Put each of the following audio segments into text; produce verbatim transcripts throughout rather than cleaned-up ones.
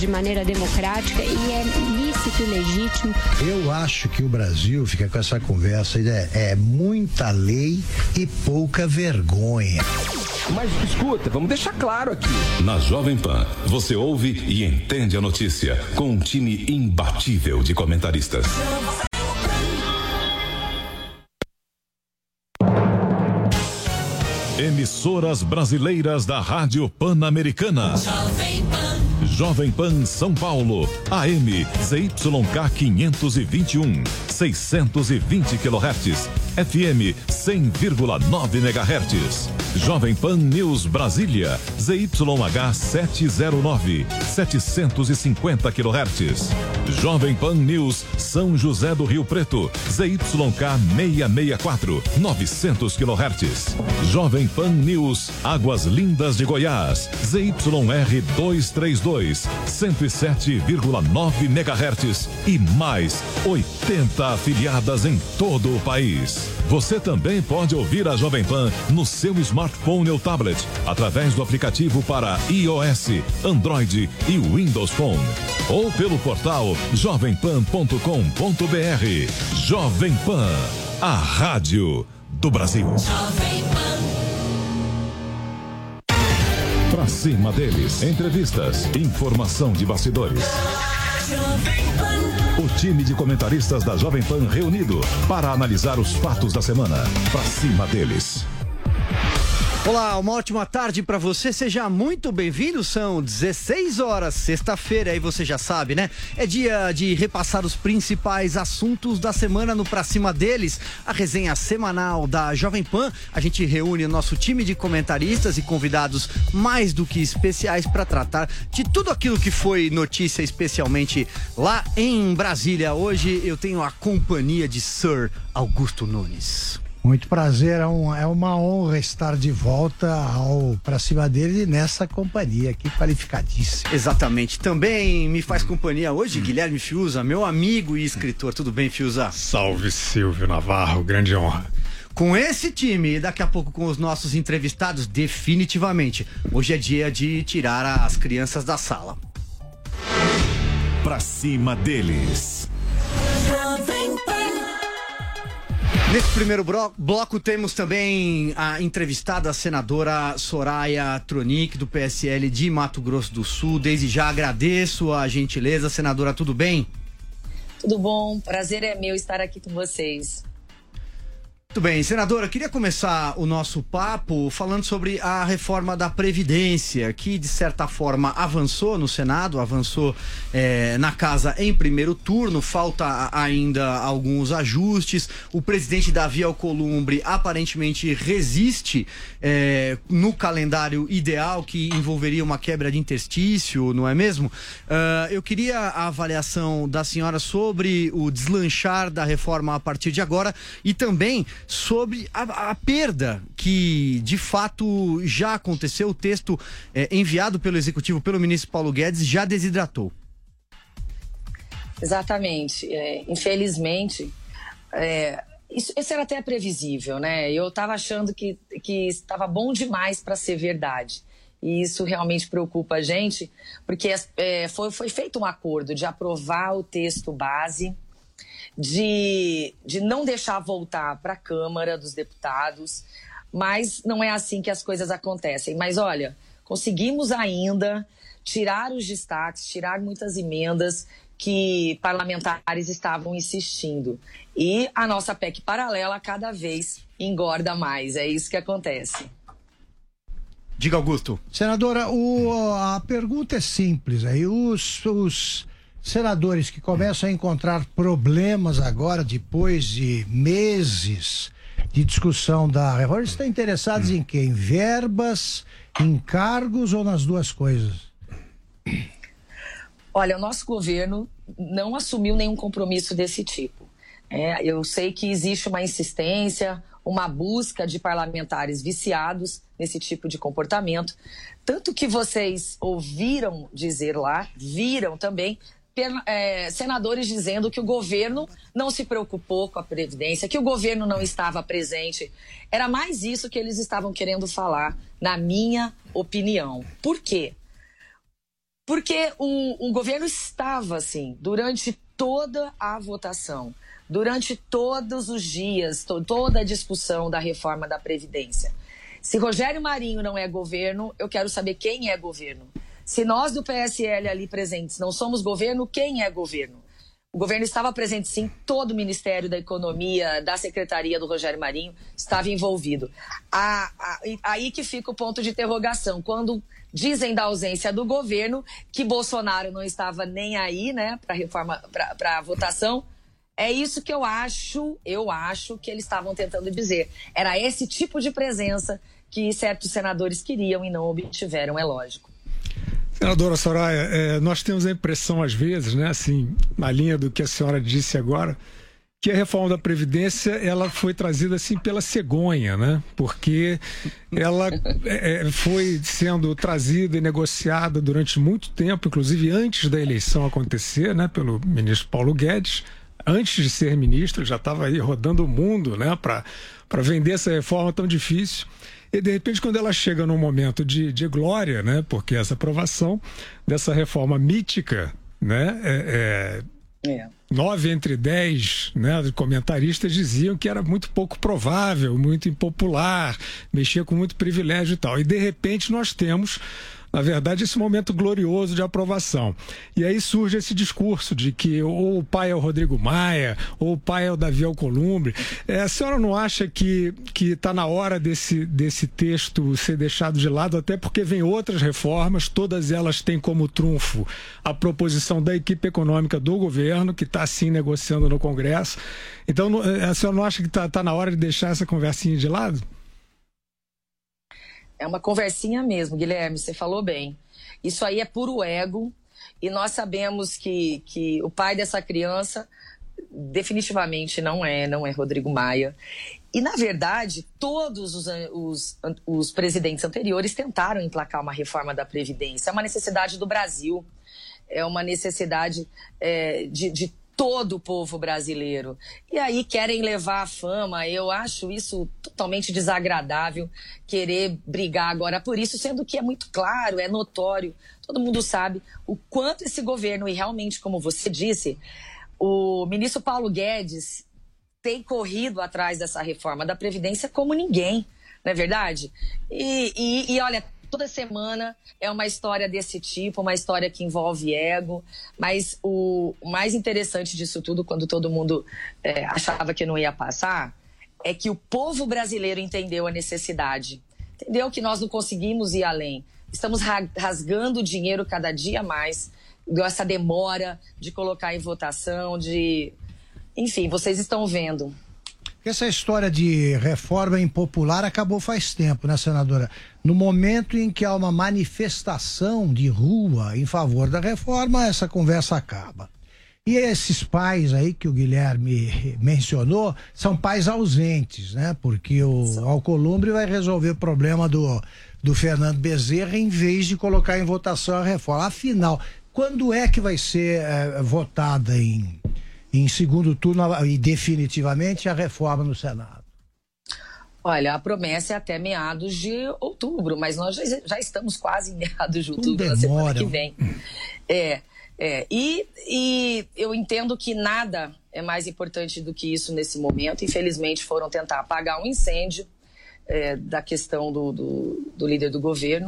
de maneira democrática e é lícito e legítimo. Eu acho que o Brasil fica com essa conversa, é, é muita lei e pouca vergonha. Mas escuta, vamos deixar claro aqui. Na Jovem Pan, você ouve e entende a notícia com um time imbatível de comentaristas. Emissoras brasileiras da Rádio Pan-Americana. Jovem Pan. Jovem Pan São Paulo, A M Z Y K quinhentos e vinte e um, seiscentos e vinte quilohertz, F M cem vírgula nove megahertz. Jovem Pan News Brasília, Z Y H setecentos e nove, setecentos e cinquenta quilohertz. Jovem Pan News São José do Rio Preto, Z Y K seiscentos e sessenta e quatro, novecentos quilohertz. Jovem Pan News Águas Lindas de Goiás, Z Y R duzentos e trinta e dois, cento e sete vírgula nove megahertz e mais oitenta afiliadas em todo o país. Você também pode ouvir a Jovem Pan no seu smartphone ou tablet, através do aplicativo para iOS, Android e Windows Phone. Ou pelo portal jovem pan ponto com ponto b r. Jovem Pan, a rádio do Brasil. Jovem Pan. Pra cima deles, entrevistas, informação de bastidores. O time de comentaristas da Jovem Pan reunido para analisar os fatos da semana. Pra cima deles. Olá, uma ótima tarde para você, seja muito bem-vindo, são dezesseis horas, sexta-feira, aí você já sabe, né? É dia de repassar os principais assuntos da semana no Pra Cima Deles, a resenha semanal da Jovem Pan. A gente reúne o nosso time de comentaristas e convidados mais do que especiais para tratar de tudo aquilo que foi notícia, especialmente lá em Brasília. Hoje eu tenho a companhia de Sir Augusto Nunes. Muito prazer, é, um, é uma honra estar de volta ao Pra Cima dele nessa companhia aqui qualificadíssima. Exatamente, também me faz companhia hoje Guilherme Fiuza, meu amigo e escritor. Tudo bem, Fiuza? Salve, Silvio Navarro, grande honra. Com esse time e daqui a pouco com os nossos entrevistados, definitivamente, hoje é dia de tirar as crianças da sala. Pra Cima Deles. Nesse primeiro bloco temos também a entrevistada, a senadora Soraya Tronic, do P S L de Mato Grosso do Sul. Desde já agradeço a gentileza. Senadora, tudo bem? Tudo bom, prazer é meu estar aqui com vocês. Muito bem, senadora, queria começar o nosso papo falando sobre a reforma da Previdência, que de certa forma avançou no Senado, avançou é, na casa em primeiro turno, falta ainda alguns ajustes. O presidente Davi Alcolumbre aparentemente resiste é, no calendário ideal, que envolveria uma quebra de interstício, não é mesmo? Uh, eu queria a avaliação da senhora sobre o deslanchar da reforma a partir de agora e também sobre a, a perda que de fato já aconteceu. O texto é, enviado pelo Executivo, pelo ministro Paulo Guedes, já desidratou. Exatamente. É, infelizmente, é, isso, isso era até previsível, né? Eu estava achando que, que estava bom demais para ser verdade. E isso realmente preocupa a gente, porque é, foi, foi feito um acordo de aprovar o texto base, De, de não deixar voltar para a Câmara dos Deputados, mas não é assim que as coisas acontecem. Mas olha, conseguimos ainda tirar os destaques, tirar muitas emendas que parlamentares estavam insistindo. E a nossa P E C paralela cada vez engorda mais, é isso que acontece. Diga, Augusto. Senadora, o, a pergunta é simples aí, os... os... senadores que começam a encontrar problemas agora, depois de meses de discussão da reforma, eles estão interessados em quê? Em verbas, em cargos ou nas duas coisas? Olha, o nosso governo não assumiu nenhum compromisso desse tipo. É, eu sei que existe uma insistência, uma busca de parlamentares viciados nesse tipo de comportamento. Tanto que vocês ouviram dizer lá, viram também, É, senadores dizendo que o governo não se preocupou com a Previdência, que o governo não estava presente. Era mais isso que eles estavam querendo falar, na minha opinião. Por quê? Porque o, o governo estava assim, durante toda a votação, durante todos os dias, to, toda a discussão da reforma da Previdência. Se Rogério Marinho não é governo, eu quero saber quem é governo. Se nós do P S L ali presentes não somos governo, quem é governo? O governo estava presente sim, todo o Ministério da Economia, da Secretaria do Rogério Marinho estava envolvido. A, a, aí que fica o ponto de interrogação, quando dizem da ausência do governo, que Bolsonaro não estava nem aí, né, para reforma, para a votação. É isso que eu acho, eu acho que eles estavam tentando dizer. Era esse tipo de presença que certos senadores queriam e não obtiveram, é lógico. Senadora Soraya, é, nós temos a impressão às vezes, né, assim, na linha do que a senhora disse agora, que a reforma da Previdência ela foi trazida assim pela cegonha, né? Porque ela é, foi sendo trazida e negociada durante muito tempo, inclusive antes da eleição acontecer, né, pelo ministro Paulo Guedes. Antes de ser ministro, ele já estava aí rodando o mundo, né, para para vender essa reforma tão difícil. E, de repente, quando ela chega num momento de, de glória, né, porque essa aprovação dessa reforma mítica, né, é, é, é. nove entre dez, né, comentaristas diziam que era muito pouco provável, muito impopular, mexia com muito privilégio e tal. E, de repente, nós temos, na verdade, esse momento glorioso de aprovação. E aí surge esse discurso de que ou o pai é o Rodrigo Maia, ou o pai é o Davi Alcolumbre. É, a senhora não acha que que está na hora desse, desse texto ser deixado de lado, até porque vem outras reformas, todas elas têm como trunfo a proposição da equipe econômica do governo, que está, assim, negociando no Congresso. Então, a senhora não acha que está tá na hora de deixar essa conversinha de lado? É uma conversinha mesmo, Guilherme, você falou bem. Isso aí é puro ego e nós sabemos que, que o pai dessa criança definitivamente não é, não é Rodrigo Maia. E, na verdade, todos os, os, os presidentes anteriores tentaram emplacar uma reforma da Previdência. É uma necessidade do Brasil, é uma necessidade é, de, de todo o povo brasileiro. E aí querem levar a fama. Eu acho isso totalmente desagradável, querer brigar agora por isso, sendo que é muito claro, é notório, todo mundo sabe o quanto esse governo, e realmente, como você disse, o ministro Paulo Guedes tem corrido atrás dessa reforma da Previdência como ninguém, não é verdade? E, e, e olha, toda semana é uma história desse tipo, uma história que envolve ego, mas o mais interessante disso tudo, quando todo mundo é, achava que não ia passar, é que o povo brasileiro entendeu a necessidade, entendeu que nós não conseguimos ir além. Estamos rasgando dinheiro cada dia mais, essa demora de colocar em votação, de... Enfim, vocês estão vendo. Essa história de reforma impopular acabou faz tempo, né, senadora? No momento em que há uma manifestação de rua em favor da reforma, essa conversa acaba. E esses pais aí que o Guilherme mencionou são pais ausentes, né? Porque o Alcolumbre vai resolver o problema do, do Fernando Bezerra em vez de colocar em votação a reforma. Afinal, quando é que vai ser é, votada em... em segundo turno e definitivamente a reforma no Senado? Olha, a promessa é até meados de outubro, mas nós já, já estamos quase em meados de outubro, na semana que vem. É, é, e, e eu entendo que nada é mais importante do que isso nesse momento. Infelizmente foram tentar apagar um incêndio é, da questão do, do, do líder do governo,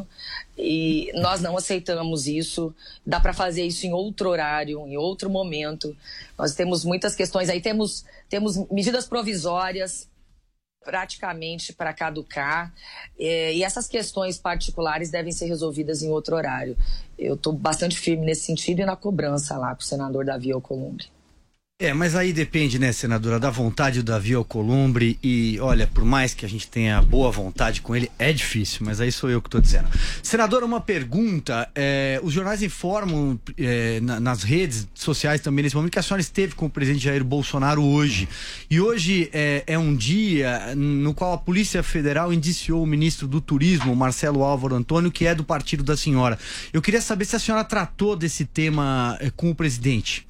e nós não aceitamos isso. Dá para fazer isso em outro horário, em outro momento. Nós temos muitas questões aí, temos, temos medidas provisórias praticamente para caducar, é, e essas questões particulares devem ser resolvidas em outro horário. Eu estou bastante firme nesse sentido e na cobrança lá com o senador Davi Alcolumbre. É, mas aí depende, né, senadora, da vontade do Davi Alcolumbre, e olha, por mais que a gente tenha boa vontade com ele, é difícil, mas aí sou eu que estou dizendo. Senadora, uma pergunta, é, os jornais informam é, na, nas redes sociais também nesse momento que a senhora esteve com o presidente Jair Bolsonaro hoje, e hoje é, é um dia no qual a Polícia Federal indiciou o ministro do Turismo, Marcelo Álvaro Antônio, que é do partido da senhora. Eu queria saber se a senhora tratou desse tema é, com o presidente.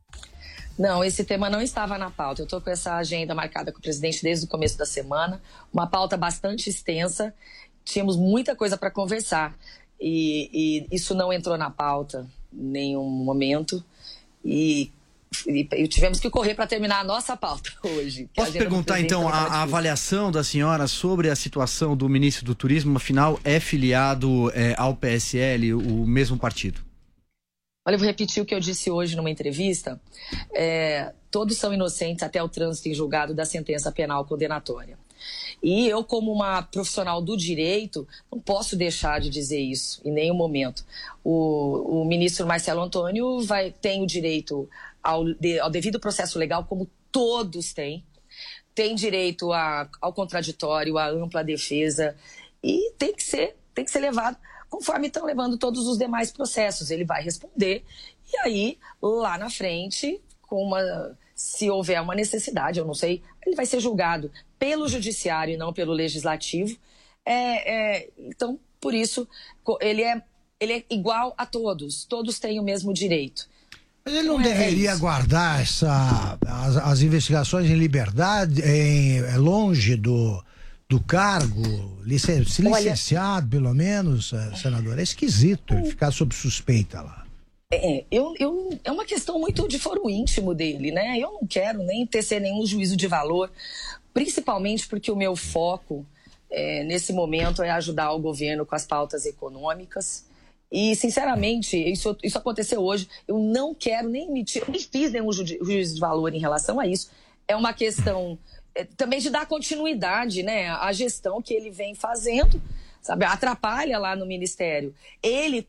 Não, esse tema não estava na pauta. Eu estou com essa agenda marcada com o presidente desde o começo da semana, uma pauta bastante extensa, tínhamos muita coisa para conversar. e, e isso não entrou na pauta em nenhum momento. E, e, e tivemos que correr para terminar a nossa pauta hoje. Posso perguntar, então, a, a avaliação da senhora sobre a situação do ministro do Turismo? Afinal, é filiado é, ao P S L, o mesmo partido? Olha, eu vou repetir o que eu disse hoje numa entrevista. É, todos são inocentes até o trânsito em julgado da sentença penal condenatória. E eu, como uma profissional do direito, não posso deixar de dizer isso em nenhum momento. O, o ministro Marcelo Antônio vai, tem o direito ao, de, ao devido processo legal, como todos têm. Tem direito a, ao contraditório, à ampla defesa, e tem que ser, tem que ser levado conforme estão levando todos os demais processos. Ele vai responder, e aí, lá na frente, com uma, se houver uma necessidade, eu não sei, ele vai ser julgado pelo judiciário e não pelo legislativo. É, é, então, por isso, ele é, ele é igual a todos. Todos têm o mesmo direito. Mas ele não Então, deveria é guardar essa, as, as investigações em liberdade, em, longe do, do cargo, licen, se licenciado, pelo menos, senador? É esquisito ele ficar sob suspeita lá. É, eu, eu, é uma questão muito de foro íntimo dele, né? Eu não quero nem tecer nenhum juízo de valor, principalmente porque o meu foco é, nesse momento é ajudar o governo com as pautas econômicas. E, sinceramente, isso, isso aconteceu hoje. Eu não quero nem emitir, eu nem fiz nenhum ju, juízo de valor em relação a isso. É uma questão é, também de dar continuidade, né, à gestão que ele vem fazendo, sabe? Atrapalha lá no Ministério. Ele,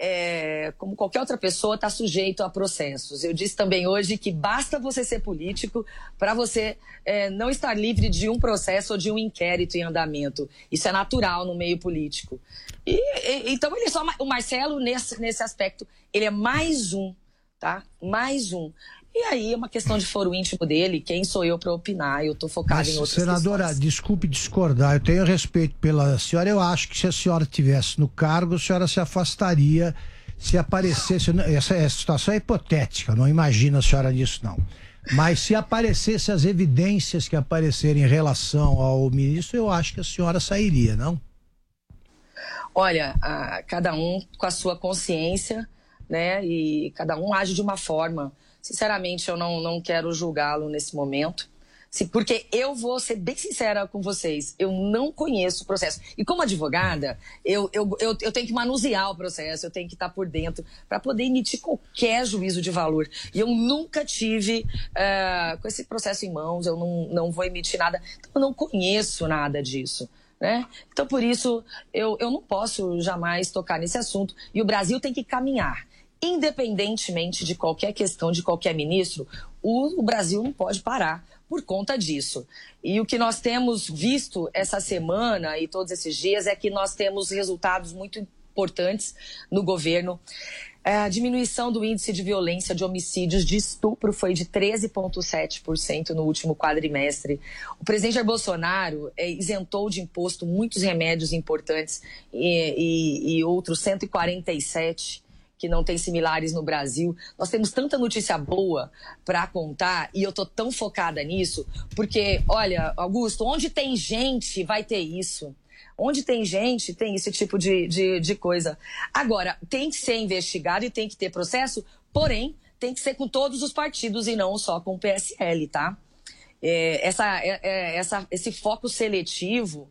É, como qualquer outra pessoa, está sujeito a processos. Eu disse também hoje que basta você ser político para você é, não estar livre de um processo ou de um inquérito em andamento. Isso é natural no meio político. E, e, então, ele é só, o Marcelo, nesse, nesse aspecto, ele é mais um, tá? Mais um. E aí é uma questão de foro íntimo dele. Quem sou eu para opinar? Eu estou focado Mas, em outras senadora, questões. desculpe discordar. Eu tenho respeito pela senhora. Eu acho que se a senhora estivesse no cargo, a senhora se afastaria se aparecesse... Essa, essa situação é hipotética, não imagina a senhora disso, não. Mas se aparecesse as evidências que aparecerem em relação ao ministro, eu acho que a senhora sairia, não? Olha, a, cada um com a sua consciência, né? E cada um age de uma forma. Sinceramente, eu não, não quero julgá-lo nesse momento, se, porque eu vou ser bem sincera com vocês, eu não conheço o processo. E como advogada, eu, eu, eu, eu tenho que manusear o processo, eu tenho que estar por dentro para poder emitir qualquer juízo de valor. E eu nunca tive uh, com esse processo em mãos, eu não, não vou emitir nada, então eu não conheço nada disso. Né? Então, por isso, eu, eu não posso jamais tocar nesse assunto. E o Brasil tem que caminhar. Independentemente de qualquer questão, de qualquer ministro, o, o Brasil não pode parar por conta disso. E o que nós temos visto essa semana e todos esses dias é que nós temos resultados muito importantes no governo. A diminuição do índice de violência, de homicídios, de estupro foi de treze vírgula sete por cento no último quadrimestre. O presidente Jair Bolsonaro é, isentou de imposto muitos remédios importantes e, e, e outros cento e quarenta e sete que não tem similares no Brasil. Nós temos tanta notícia boa para contar e eu estou tão focada nisso, porque, olha, Augusto, onde tem gente vai ter isso. Onde tem gente, tem esse tipo de, de, de coisa. Agora, tem que ser investigado e tem que ter processo, porém, tem que ser com todos os partidos e não só com o P S L, tá? É, essa, é, essa, esse foco seletivo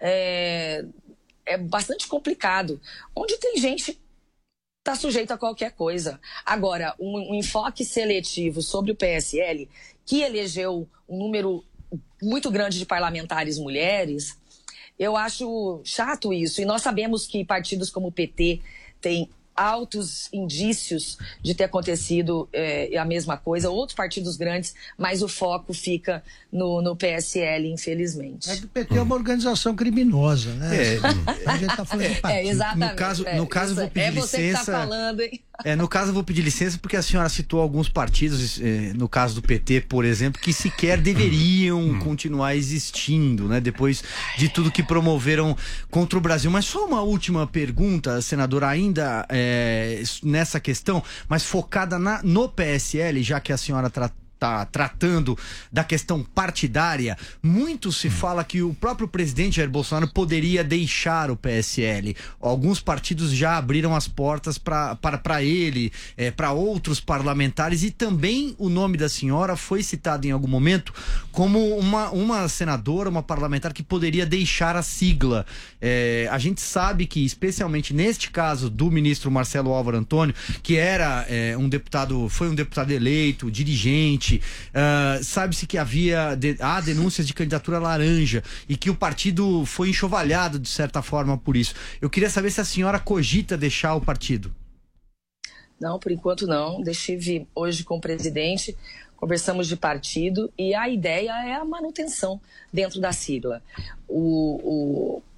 é, é bastante complicado. Onde tem gente... está sujeito a qualquer coisa. Agora, um, um enfoque seletivo sobre o P S L, que elegeu um número muito grande de parlamentares mulheres, eu acho chato isso. E nós sabemos que partidos como o P T têm altos indícios de ter acontecido é, a mesma coisa, outros partidos grandes, mas o foco fica no, no P S L, infelizmente. É que o P T é uma organização criminosa, né? É, a gente tá falando de partido. É, exatamente. No caso, é, no caso isso, vou pedir é você licença. que tá falando, hein? É, no caso, eu vou pedir licença porque a senhora citou alguns partidos, eh, no caso do P T, por exemplo, que sequer deveriam continuar existindo, né? Depois de tudo que promoveram contra o Brasil. Mas só uma última pergunta, senadora, ainda eh, nessa questão, mas focada na, no P S L, já que a senhora tra está tratando da questão partidária, muito se fala que o próprio presidente Jair Bolsonaro poderia deixar o P S L. Alguns partidos já abriram as portas para ele, é, para outros parlamentares, e também o nome da senhora foi citado em algum momento como uma, uma senadora, uma parlamentar que poderia deixar a sigla. É, a gente sabe que, especialmente neste caso do ministro Marcelo Álvaro Antônio, que era é, um deputado, foi um deputado eleito, dirigente, Uh, sabe-se que havia de, há denúncias de candidatura laranja e que o partido foi enxovalhado de certa forma por isso. Eu queria saber se a senhora cogita deixar o partido. Não, por enquanto não. Estive hoje com o presidente, conversamos de partido e a ideia é a manutenção dentro da sigla. O, o...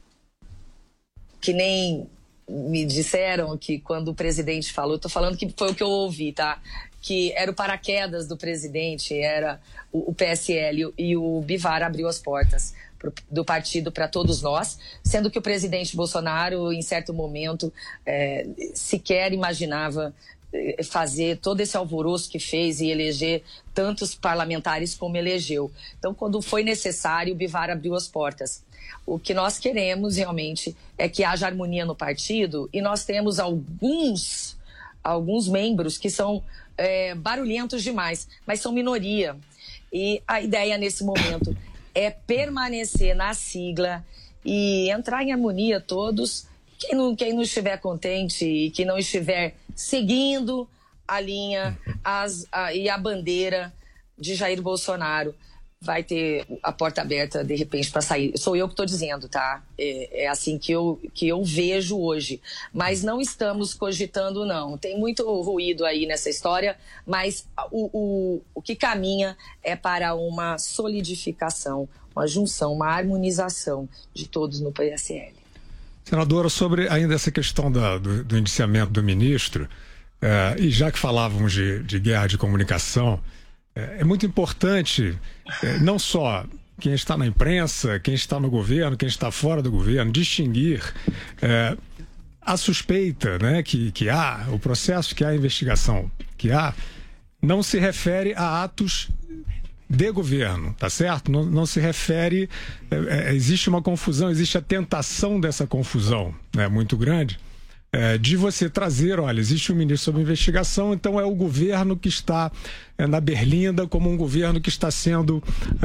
Que nem me disseram que quando o presidente falou, estou falando que foi o que eu ouvi, tá? Que era o paraquedas do presidente, era o, o P S L, e o Bivar abriu as portas pro, do partido para todos nós, sendo que o presidente Bolsonaro, em certo momento, é, sequer imaginava fazer todo esse alvoroço que fez e eleger tantos parlamentares como elegeu. Então, quando foi necessário, o Bivar abriu as portas. O que nós queremos realmente é que haja harmonia no partido, e nós temos alguns, alguns membros que são é, barulhentos demais, mas são minoria. E a ideia nesse momento é permanecer na sigla e entrar em harmonia todos. Quem não, quem não estiver contente e que não estiver seguindo a linha as, a, e a bandeira de Jair Bolsonaro, vai ter a porta aberta, de repente, para sair. Sou eu que estou dizendo, tá? É, é assim que eu, que eu vejo hoje. Mas não estamos cogitando, não. Tem muito ruído aí nessa história, mas o, o, o que caminha é para uma solidificação, uma junção, uma harmonização de todos no P S L. Senadora, sobre ainda essa questão da, do, do indiciamento do ministro, é, e já que falávamos de, de guerra de comunicação, é muito importante, não só quem está na imprensa, quem está no governo, quem está fora do governo, distinguir é, a suspeita, né, que, que há, o processo que há, a investigação que há, não se refere a atos de governo, tá certo? Não, não se refere, é, é, existe uma confusão, existe a tentação dessa confusão, né, muito grande. É, de você trazer, olha, existe um ministro sob investigação, então é o governo que está é, na berlinda como um governo que está sendo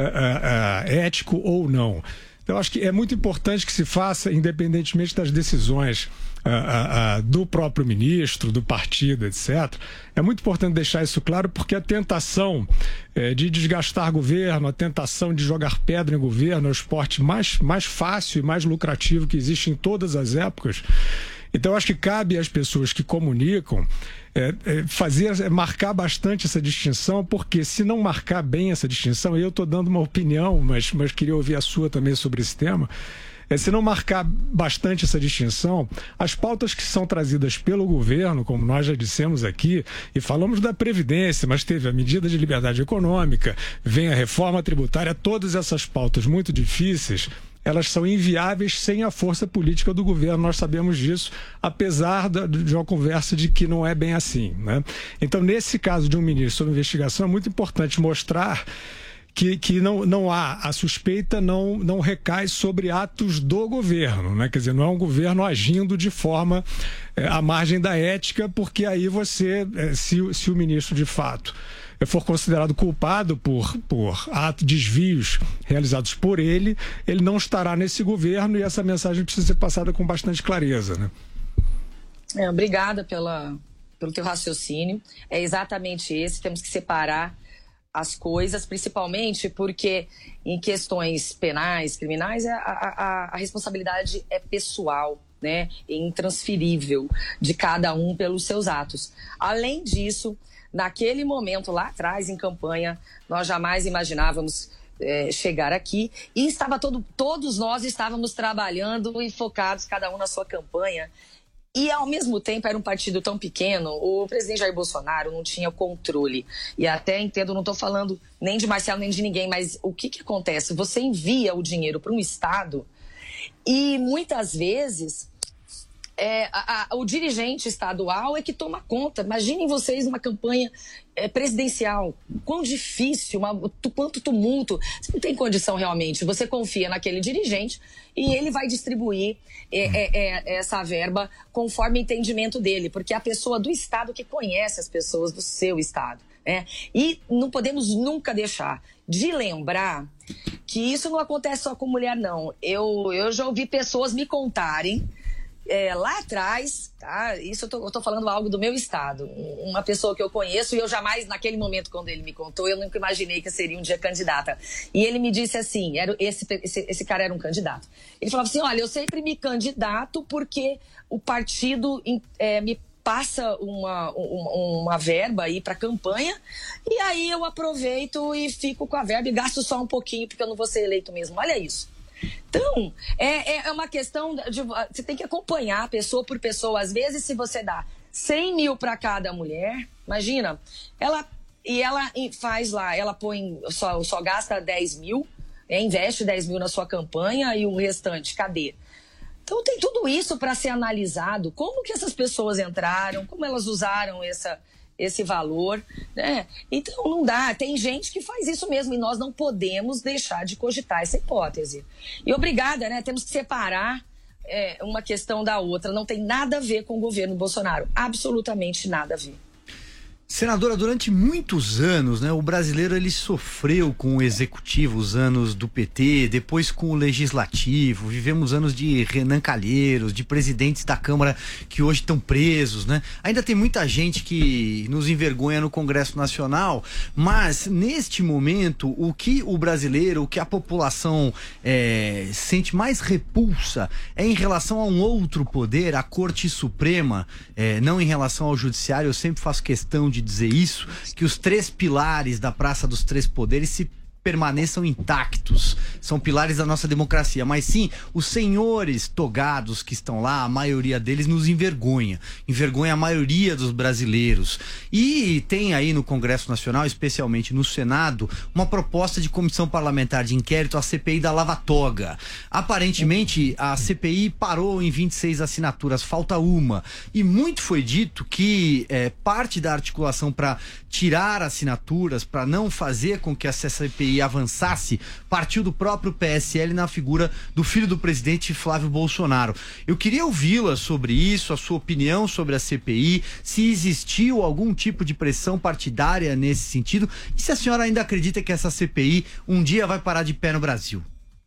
é, é, ético ou não. Então, acho que é muito importante que se faça, independentemente das decisões é, é, do próprio ministro, do partido, etcétera. É muito importante deixar isso claro, porque a tentação é, de desgastar governo, a tentação de jogar pedra em governo é o esporte mais, mais fácil e mais lucrativo que existe em todas as épocas. Então, acho que cabe às pessoas que comunicam é, é, fazer, é, marcar bastante essa distinção, porque se não marcar bem essa distinção, eu estou dando uma opinião, mas, mas queria ouvir a sua também sobre esse tema, é, se não marcar bastante essa distinção, as pautas que são trazidas pelo governo, como nós já dissemos aqui, e falamos da Previdência, mas teve a medida de liberdade econômica, vem a reforma tributária, todas essas pautas muito difíceis, elas são inviáveis sem a força política do governo, nós sabemos disso, apesar de uma conversa de que não é bem assim, né? Então, nesse caso de um ministro sob investigação, é muito importante mostrar que, que não, não há, a suspeita não, não recai sobre atos do governo, né? Quer dizer, não é um governo agindo de forma é, à margem da ética, porque aí você, é, se, se o ministro de fato for considerado culpado por, por atos, desvios realizados por ele, ele não estará nesse governo, e essa mensagem precisa ser passada com bastante clareza, né? É, obrigada pela, pelo teu raciocínio. É exatamente esse, temos que separar as coisas, principalmente porque em questões penais, criminais, a, a, a responsabilidade é pessoal, né? É intransferível de cada um pelos seus atos. Além disso, naquele momento lá atrás, em campanha, nós jamais imaginávamos é, chegar aqui, e estava todo, todos nós estávamos trabalhando e focados, cada um na sua campanha. E, ao mesmo tempo, era um partido tão pequeno, o presidente Jair Bolsonaro não tinha controle. E até entendo, não estou falando nem de Marcelo, nem de ninguém, mas o que, que acontece? Você envia o dinheiro para um estado e, muitas vezes, É, a, a, o dirigente estadual é que toma conta. Imaginem vocês uma campanha é, presidencial. Quão difícil, uma, tu, quanto tumulto. Você não tem condição realmente. Você confia naquele dirigente e ele vai distribuir é, é, é, essa verba conforme o entendimento dele, porque é a pessoa do estado que conhece as pessoas do seu estado. Né? E não podemos nunca deixar de lembrar que isso não acontece só com mulher, não. Eu, eu já ouvi pessoas me contarem É, lá atrás, tá? Isso eu tô, eu tô falando algo do meu estado. Uma pessoa que eu conheço e eu jamais, naquele momento, quando ele me contou, eu nunca imaginei que eu seria um dia candidata. E ele me disse assim, era, esse, esse, esse cara era um candidato. Ele falava assim, olha, eu sempre me candidato porque o partido é, me passa uma, uma, uma verba aí para campanha e aí eu aproveito e fico com a verba e gasto só um pouquinho porque eu não vou ser eleito mesmo. Olha isso. Então, é, é uma questão de... Você tem que acompanhar pessoa por pessoa. Às vezes, se você dá cem mil para cada mulher, imagina, ela, e ela faz lá, ela põe, só, só gasta dez mil, é, investe dez mil na sua campanha e o restante, cadê? Então, tem tudo isso para ser analisado. Como que essas pessoas entraram, como elas usaram essa... esse valor, né? Então não dá, tem gente que faz isso mesmo e nós não podemos deixar de cogitar essa hipótese. E obrigada, né? Temos que separar é, uma questão da outra, não tem nada a ver com o governo Bolsonaro, absolutamente nada a ver. Senadora, durante muitos anos, né, o brasileiro ele sofreu com o executivo, os anos do P T, depois com o legislativo, vivemos anos de Renan Calheiros, de presidentes da Câmara que hoje estão presos, né? Ainda tem muita gente que nos envergonha no Congresso Nacional, mas neste momento, o que o brasileiro, o que a população é, sente mais repulsa é em relação a um outro poder, a Corte Suprema, é, não em relação ao Judiciário. Eu sempre faço questão de de dizer isso, que os três pilares da Praça dos Três Poderes se permaneçam intactos, são pilares da nossa democracia, mas sim, os senhores togados que estão lá, a maioria deles nos envergonha, envergonha a maioria dos brasileiros. E tem aí no Congresso Nacional, especialmente no Senado, uma proposta de comissão parlamentar de inquérito, a C P I da Lava Toga. Aparentemente, a C P I parou em vinte e seis assinaturas, falta uma, e muito foi dito que é, parte da articulação para tirar assinaturas, para não fazer com que essa C P I avançasse, partiu do próprio P S L na figura do filho do presidente Flávio Bolsonaro. Eu queria ouvi-la sobre isso, a sua opinião sobre a C P I, se existiu algum tipo de pressão partidária nesse sentido e se a senhora ainda acredita que essa C P I um dia vai parar de pé no Brasil.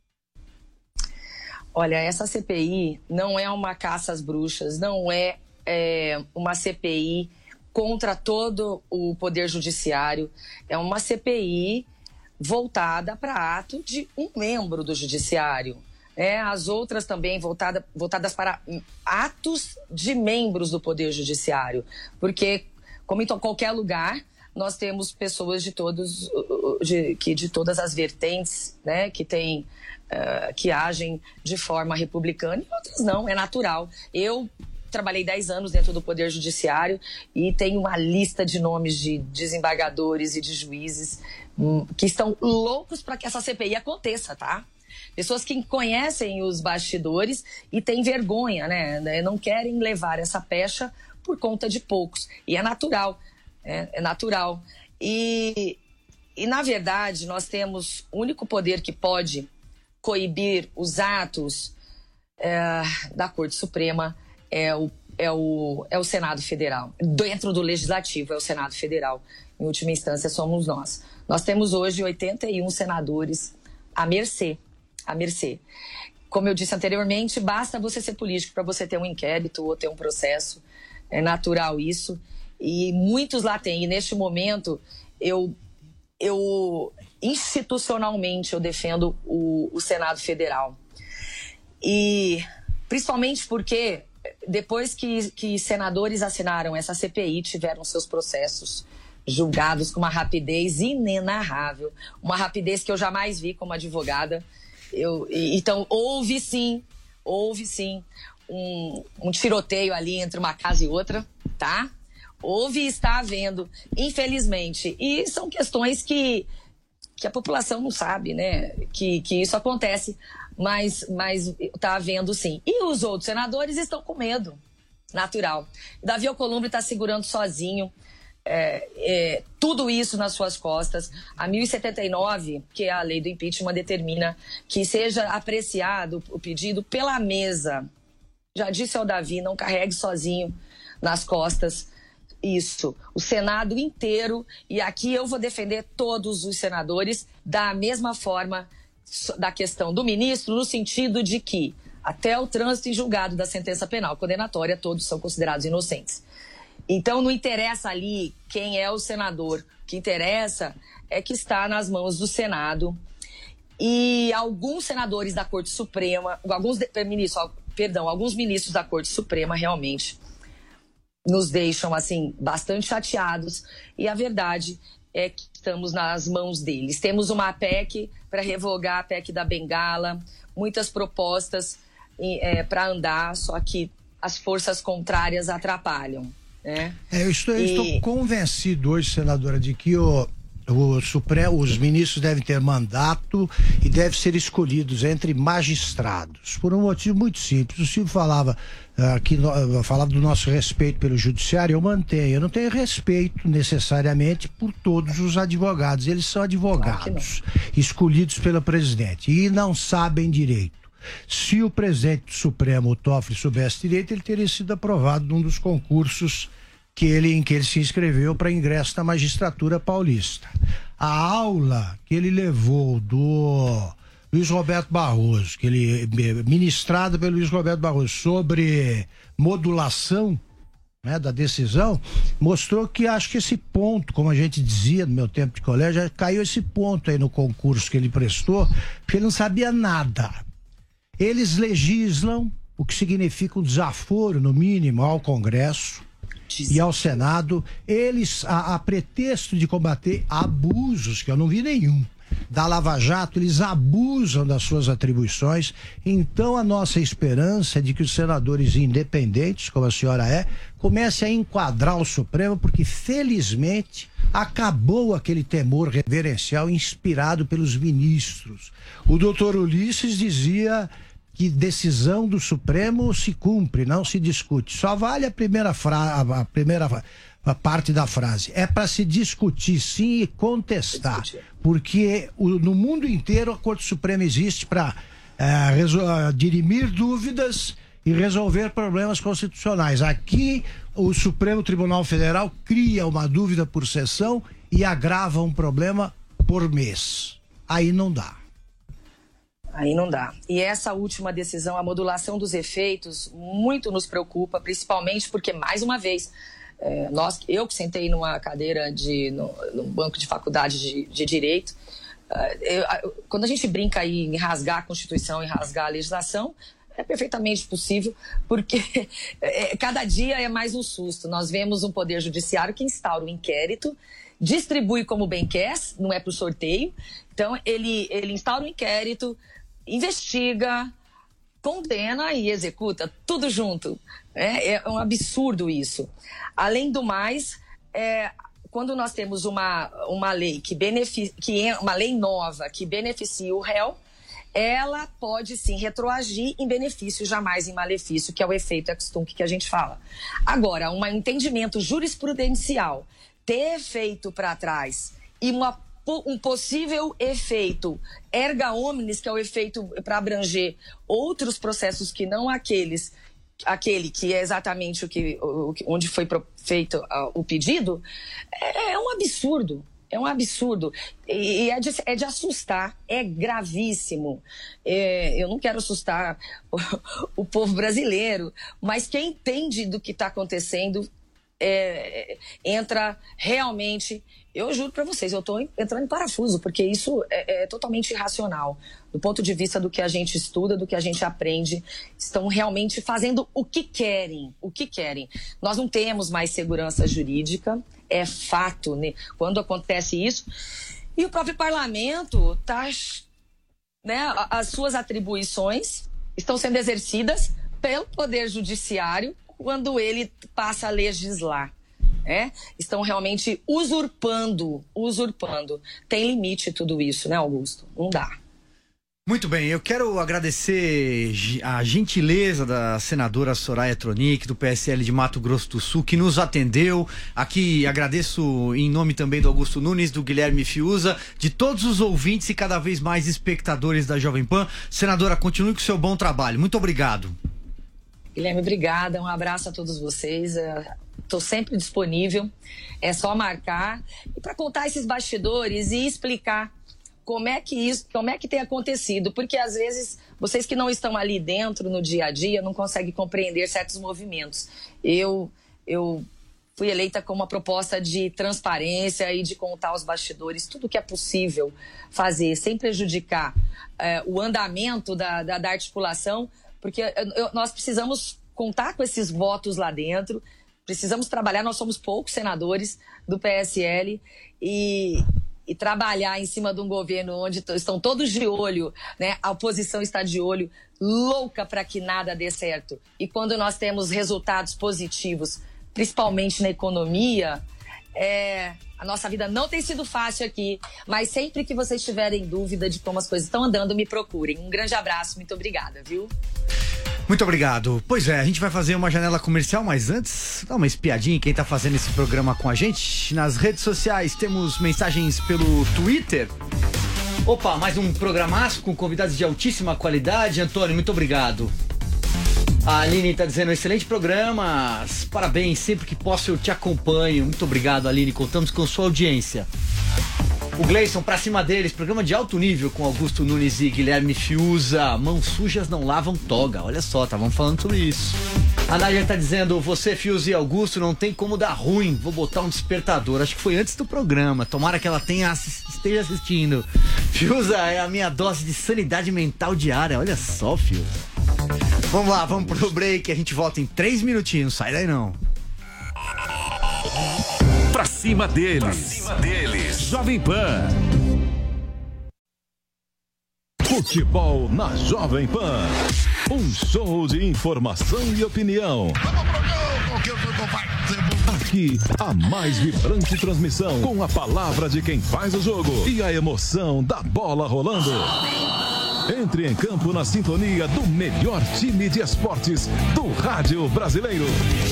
Olha, essa C P I não é uma caça às bruxas, não é, é uma C P I contra todo o Poder Judiciário, é uma C P I voltada para ato de um membro do Judiciário. É, as outras também voltada, voltadas para atos de membros do Poder Judiciário. Porque, como em qualquer lugar, nós temos pessoas de, todos, de, que, de todas as vertentes, né, que, tem, uh, que agem de forma republicana e outras não, é natural. Eu trabalhei dez anos dentro do Poder Judiciário e tenho uma lista de nomes de desembargadores e de juízes hum, que estão loucos para que essa C P I aconteça, tá? Pessoas que conhecem os bastidores e têm vergonha, né? Não querem levar essa pecha por conta de poucos. E é natural, é, é natural. E, e, na verdade, nós temos o único poder que pode coibir os atos é, da Corte Suprema É o, é, o, é o Senado Federal. Dentro do Legislativo é o Senado Federal. Em última instância, somos nós. Nós temos hoje oitenta e um senadores à mercê. À mercê. Como eu disse anteriormente, basta você ser político para você ter um inquérito ou ter um processo. É natural isso. E muitos lá têm. E neste momento, eu, eu institucionalmente, eu defendo o, o Senado Federal. E principalmente porque depois que, que senadores assinaram essa C P I, tiveram seus processos julgados com uma rapidez inenarrável, uma rapidez que eu jamais vi como advogada. Eu, então, houve sim, houve sim um, um tiroteio ali entre uma casa e outra, tá? Houve e está havendo, infelizmente. E são questões que, que a população não sabe, né, que, que isso acontece, mas mas está havendo sim. E os outros senadores estão com medo, natural. Davi Alcolumbre está segurando sozinho é, é, tudo isso nas suas costas. A mil e setenta e nove, que é a lei do impeachment, determina que seja apreciado o pedido pela mesa. Já disse ao Davi, não carregue sozinho nas costas isso, o Senado inteiro, e aqui eu vou defender todos os senadores da mesma forma da questão do ministro, no sentido de que até o trânsito em julgado da sentença penal condenatória, todos são considerados inocentes. Então não interessa ali quem é o senador, o que interessa é que está nas mãos do Senado, e alguns senadores da Corte Suprema, alguns ministros, perdão, alguns ministros da Corte Suprema realmente nos deixam, assim, bastante chateados, e a verdade é que estamos nas mãos deles. Temos uma P E C para revogar a P E C da Bengala, muitas propostas é, para andar, só que as forças contrárias atrapalham, né? É, eu estou, eu e... estou convencido hoje, senadora, de que o, o Supremo, os ministros devem ter mandato e devem ser escolhidos entre magistrados, por um motivo muito simples. O Silvio falava aqui, uh, falava do nosso respeito pelo judiciário, eu mantenho. Eu não tenho respeito necessariamente por todos os advogados. Eles são advogados, claro, escolhidos pelo presidente, e não sabem direito. Se o presidente do Supremo, o Toffoli, soubesse direito, ele teria sido aprovado num dos concursos que ele, em que ele se inscreveu para ingresso na magistratura paulista. A aula que ele levou do Luiz Roberto Barroso, que ele, ministrada pelo Luiz Roberto Barroso, sobre modulação, né, da decisão, mostrou que acho que esse ponto, como a gente dizia no meu tempo de colégio, já caiu esse ponto aí no concurso que ele prestou, porque ele não sabia nada. Eles legislam, o que significa um desaforo, no mínimo, ao Congresso e ao Senado. Eles, a, a pretexto de combater abusos, que eu não vi nenhum, da Lava Jato, eles abusam das suas atribuições. Então a nossa esperança é de que os senadores independentes, como a senhora é, comecem a enquadrar o Supremo, porque felizmente acabou aquele temor reverencial inspirado pelos ministros. O doutor Ulisses dizia que decisão do Supremo se cumpre, não se discute. Só vale a primeira frase, a primeira a parte da frase. É para se discutir, sim, e contestar. Porque o, no mundo inteiro a Corte Suprema existe para é, dirimir dúvidas e resolver problemas constitucionais. Aqui o Supremo Tribunal Federal cria uma dúvida por sessão e agrava um problema por mês. Aí não dá. Aí não dá. E essa última decisão, a modulação dos efeitos, muito nos preocupa, principalmente porque, mais uma vez, é, nós, eu que sentei numa cadeira de, no, no banco de faculdade de, de Direito, é, eu, quando a gente brinca aí em rasgar a Constituição, em rasgar a legislação, é perfeitamente possível, porque é, cada dia é mais um susto. Nós vemos um poder judiciário que instaura um inquérito, distribui como bem quer, não é para o sorteio. Então, ele, ele instaura um inquérito, investiga, condena e executa, tudo junto. É, é um absurdo isso. Além do mais, é, quando nós temos uma, uma lei que beneficia, que é uma lei nova que beneficia o réu, ela pode sim retroagir em benefício, jamais em malefício, que é o efeito ex tunc que a gente fala. Agora, um entendimento jurisprudencial ter efeito para trás e uma um possível efeito erga omnes, que é o efeito para abranger outros processos que não aqueles, aquele que é exatamente o que, o, onde foi feito uh, o pedido, é, é um absurdo. É um absurdo. E, e é, de, é de assustar. É gravíssimo. É, eu não quero assustar o, o povo brasileiro, mas quem entende do que está acontecendo é, entra realmente... Eu juro para vocês, eu estou entrando em parafuso, porque isso é, é totalmente irracional. Do ponto de vista do que a gente estuda, do que a gente aprende, estão realmente fazendo o que querem, o que querem. Nós não temos mais segurança jurídica, é fato, né? Quando acontece isso. E o próprio parlamento está, né, as suas atribuições estão sendo exercidas pelo Poder Judiciário quando ele passa a legislar. né? Estão realmente usurpando, usurpando. Tem limite tudo isso, né, Augusto? Não dá. Muito bem, eu quero agradecer a gentileza da senadora Soraya Tronic, do P S L de Mato Grosso do Sul, que nos atendeu. Aqui agradeço em nome também do Augusto Nunes, do Guilherme Fiuza, de todos os ouvintes e cada vez mais espectadores da Jovem Pan. Senadora, continue com o seu bom trabalho. Muito obrigado. Guilherme, obrigada. Um abraço a todos vocês. Estou sempre disponível. É só marcar. E para contar esses bastidores e explicar como é que isso, como é que tem acontecido, porque às vezes vocês que não estão ali dentro no dia a dia não conseguem compreender certos movimentos. Eu, eu fui eleita com uma proposta de transparência e de contar os bastidores, tudo que é possível fazer, sem prejudicar é, o andamento da, da, da articulação, porque eu, nós precisamos contar com esses votos lá dentro, precisamos trabalhar, nós somos poucos senadores do P S L e... e trabalhar em cima de um governo onde estão todos de olho, né? A oposição está de olho, louca para que nada dê certo. E quando nós temos resultados positivos, principalmente na economia, é... a nossa vida não tem sido fácil aqui, mas sempre que vocês tiverem dúvida de como as coisas estão andando, me procurem. Um grande abraço, muito obrigada, viu? Muito obrigado. Pois é, a gente vai fazer uma janela comercial, mas antes, dá uma espiadinha em quem tá fazendo esse programa com a gente. Nas redes sociais temos mensagens pelo Twitter. Opa, mais um programaço com convidados de altíssima qualidade. Antônio, muito obrigado. A Aline tá dizendo, excelente programa, parabéns, sempre que posso eu te acompanho. Muito obrigado, Aline, contamos com sua audiência. O Gleison, pra cima deles, programa de alto nível com Augusto Nunes e Guilherme Fiuza. Mãos sujas não lavam toga, olha só, estavam falando sobre isso. A Nádia tá dizendo, você, Fiuza e Augusto, não tem como dar ruim, vou botar um despertador. Acho que foi antes do programa, tomara que ela tenha assist... esteja assistindo. Fiuza é a minha dose de sanidade mental diária, olha só, Fiuza. Vamos lá, vamos pro break, a gente volta em três minutinhos, sai daí não. Pra cima deles. Pra cima deles. Jovem Pan. Futebol na Jovem Pan. Um show de informação e opinião. Aqui, a mais vibrante transmissão com a palavra de quem faz o jogo e a emoção da bola rolando. Entre em campo na sintonia do melhor time de esportes do rádio brasileiro.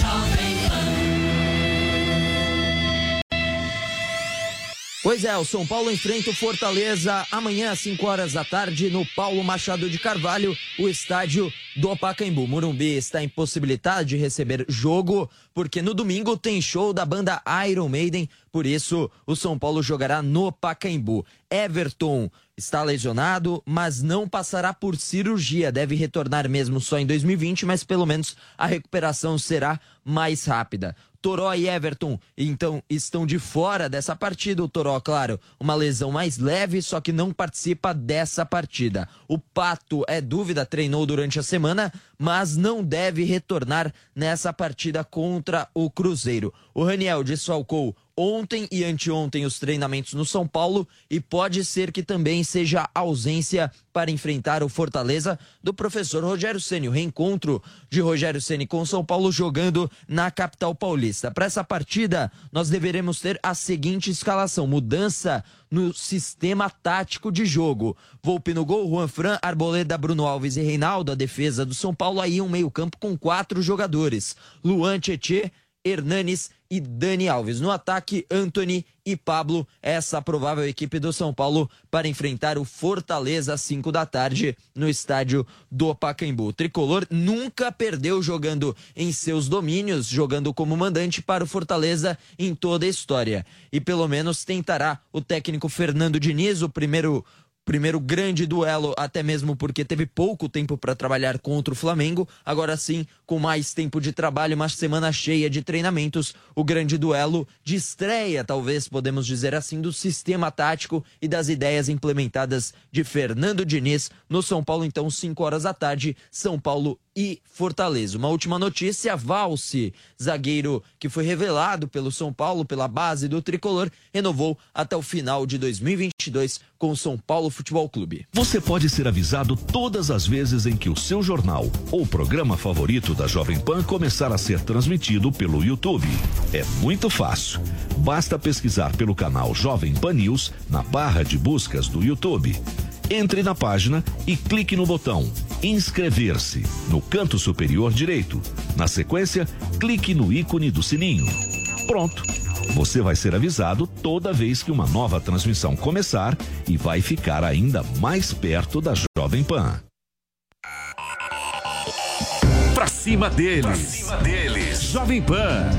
Pois é, o São Paulo enfrenta o Fortaleza amanhã às cinco horas da tarde no Paulo Machado de Carvalho, o estádio do Pacaembu. Morumbi está impossibilitado de receber jogo, porque no domingo tem show da banda Iron Maiden, por isso o São Paulo jogará no Pacaembu. Everton está lesionado, mas não passará por cirurgia, deve retornar mesmo só em dois mil e vinte, mas pelo menos a recuperação será mais rápida. Toró e Everton, então, estão de fora dessa partida. O Toró, claro, uma lesão mais leve, só que não participa dessa partida. O Pato é dúvida, treinou durante a semana, mas não deve retornar nessa partida contra o Cruzeiro. O Raniel desfalcou ontem e anteontem os treinamentos no São Paulo e pode ser que também seja ausência para enfrentar o Fortaleza do professor Rogério Ceni. O reencontro de Rogério Ceni com o São Paulo jogando na capital paulista. Para essa partida, nós deveremos ter a seguinte escalação: mudança no sistema tático de jogo. Volpe no gol, Juan Fran, Arboleda, Bruno Alves e Reinaldo. A defesa do São Paulo, aí um meio campo com quatro jogadores: Luan, Tietê, Hernanes e Dani Alves. No ataque, Antony e Pablo, essa provável equipe do São Paulo para enfrentar o Fortaleza às cinco da tarde no estádio do Pacaembu. O tricolor nunca perdeu jogando em seus domínios, jogando como mandante para o Fortaleza em toda a história. E pelo menos tentará o técnico Fernando Diniz, o primeiro Primeiro grande duelo, até mesmo porque teve pouco tempo para trabalhar contra o Flamengo. Agora sim, com mais tempo de trabalho, uma semana cheia de treinamentos, o grande duelo de estreia, talvez podemos dizer assim, do sistema tático e das ideias implementadas de Fernando Diniz no São Paulo. Então, cinco horas da tarde, São Paulo e Fortaleza. Uma última notícia, Valse, zagueiro que foi revelado pelo São Paulo, pela base do tricolor, renovou até o final de dois mil e vinte e dois com o São Paulo Futebol Clube. Você pode ser avisado todas as vezes em que o seu jornal ou programa favorito da Jovem Pan começar a ser transmitido pelo YouTube. É muito fácil. Basta pesquisar pelo canal Jovem Pan News na barra de buscas do YouTube. Entre na página e clique no botão inscrever-se no canto superior direito. Na sequência, clique no ícone do sininho. Pronto! Você vai ser avisado toda vez que uma nova transmissão começar e vai ficar ainda mais perto da Jovem Pan. Pra cima deles. Pra cima deles. Jovem Pan.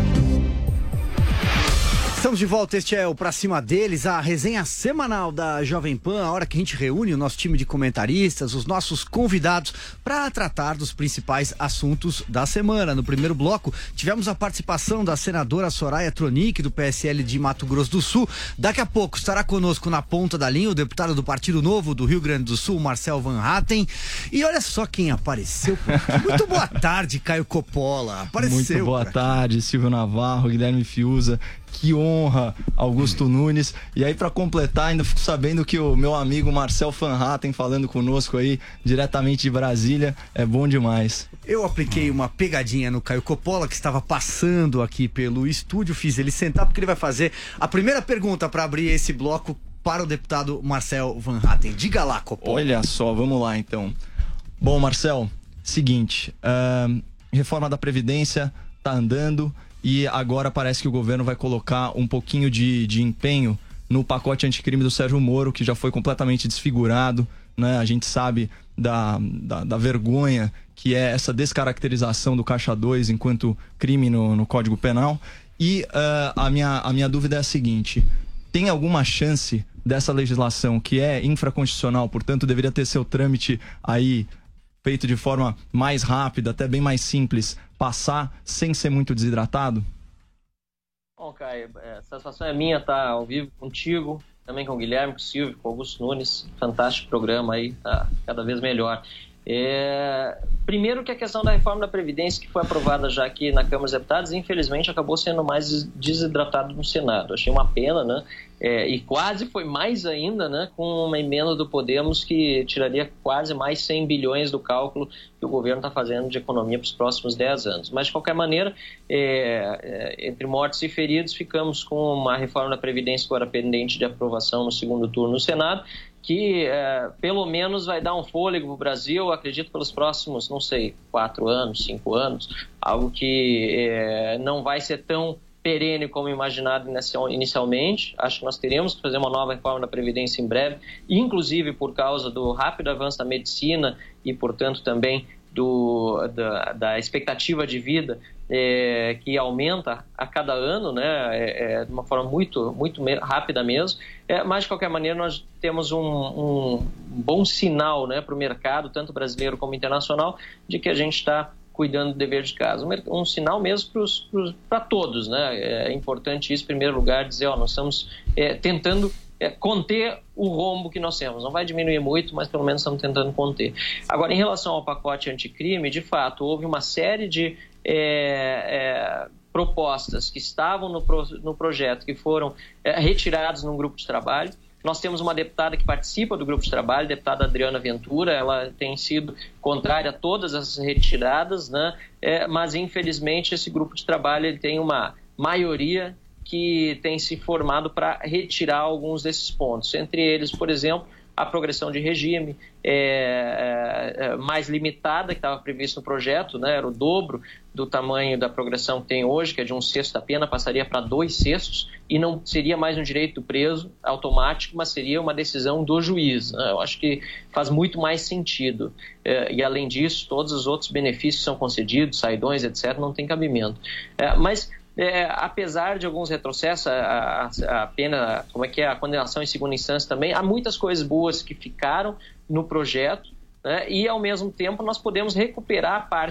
Estamos de volta, este é o Pra Cima Deles, a resenha semanal da Jovem Pan, a hora que a gente reúne o nosso time de comentaristas, os nossos convidados, para tratar dos principais assuntos da semana. No primeiro bloco, tivemos a participação da senadora Soraya Tronic, do P S L de Mato Grosso do Sul. Daqui a pouco estará conosco na ponta da linha o deputado do Partido Novo do Rio Grande do Sul, Marcel Van Hatten. E olha só quem apareceu. Muito boa tarde, Caio Coppola. Apareceu. Muito boa tarde, Silvio Navarro, Guilherme Fiuza. Que honra, Augusto Nunes. E aí, para completar, ainda fico sabendo que o meu amigo Marcel Van Hatten falando conosco aí, diretamente de Brasília, é bom demais. Eu apliquei uma pegadinha no Caio Coppola, que estava passando aqui pelo estúdio, fiz ele sentar, porque ele vai fazer a primeira pergunta para abrir esse bloco para o deputado Marcel Van Hatten. Diga lá, Coppola. Olha só, vamos lá então. Bom, Marcel, seguinte, uh, reforma da Previdência tá andando. E agora parece que o governo vai colocar um pouquinho de, de empenho no pacote anticrime do Sérgio Moro, que já foi completamente desfigurado, né? A gente sabe da, da, da vergonha que é essa descaracterização do Caixa dois enquanto crime no, no Código Penal. E uh, a, minha, a minha dúvida é a seguinte: tem alguma chance dessa legislação, que é infraconstitucional, portanto deveria ter seu trâmite aí feito de forma mais rápida, até bem mais simples, passar sem ser muito desidratado? Bom, Caio, a satisfação é minha estar ao vivo contigo, também com o Guilherme, com o Silvio, com o Augusto Nunes. Fantástico programa aí, tá cada vez melhor. É... Primeiro que a questão da reforma da Previdência, que foi aprovada já aqui na Câmara dos Deputados, infelizmente acabou sendo mais desidratado no Senado. Achei uma pena, né? É, e quase foi mais ainda, né, com uma emenda do Podemos que tiraria quase mais cem bilhões do cálculo que o governo está fazendo de economia para os próximos dez anos. Mas, de qualquer maneira, é, é, entre mortos e feridos, ficamos com uma reforma da Previdência agora pendente de aprovação no segundo turno no Senado, que é, pelo menos vai dar um fôlego para o Brasil, acredito, pelos próximos, não sei, quatro anos, cinco anos, algo que é, não vai ser tão perene como imaginado inicialmente. Acho que nós teremos que fazer uma nova reforma da Previdência em breve, inclusive por causa do rápido avanço da medicina e, portanto, também do, da, da expectativa de vida é, que aumenta a cada ano, né, é, é, de uma forma muito, muito rápida mesmo. É, mas, de qualquer maneira, nós temos um, um bom sinal, né, para o mercado, tanto brasileiro como internacional, de que a gente está cuidando do dever de casa. Um, um sinal mesmo para todos, né? É importante isso, em primeiro lugar, dizer, ó, nós estamos é, tentando é, conter o rombo que nós temos. Não vai diminuir muito, mas pelo menos estamos tentando conter. Agora, em relação ao pacote anticrime, de fato, houve uma série de é, é, propostas que estavam no, pro, no projeto, que foram é, retiradas num grupo de trabalho. Nós temos uma deputada que participa do grupo de trabalho, a deputada Adriana Ventura. Ela tem sido contrária a todas as retiradas, né? É, mas infelizmente esse grupo de trabalho ele tem uma maioria que tem se formado para retirar alguns desses pontos. Entre eles, por exemplo, a progressão de regime é, é, mais limitada que estava previsto no projeto, né? Era o dobro do tamanho da progressão que tem hoje, que é de um sexto da pena, passaria para dois sextos, e não seria mais um direito do preso automático, mas seria uma decisão do juiz, né? Eu acho que faz muito mais sentido. É, e, além disso, todos os outros benefícios que são concedidos, saidões, etcétera, não tem cabimento. É, mas... É, apesar de alguns retrocessos, a, a, a pena, como é que é, a condenação em segunda instância também, há muitas coisas boas que ficaram no projeto, né? E, ao mesmo tempo, nós podemos recuperar parte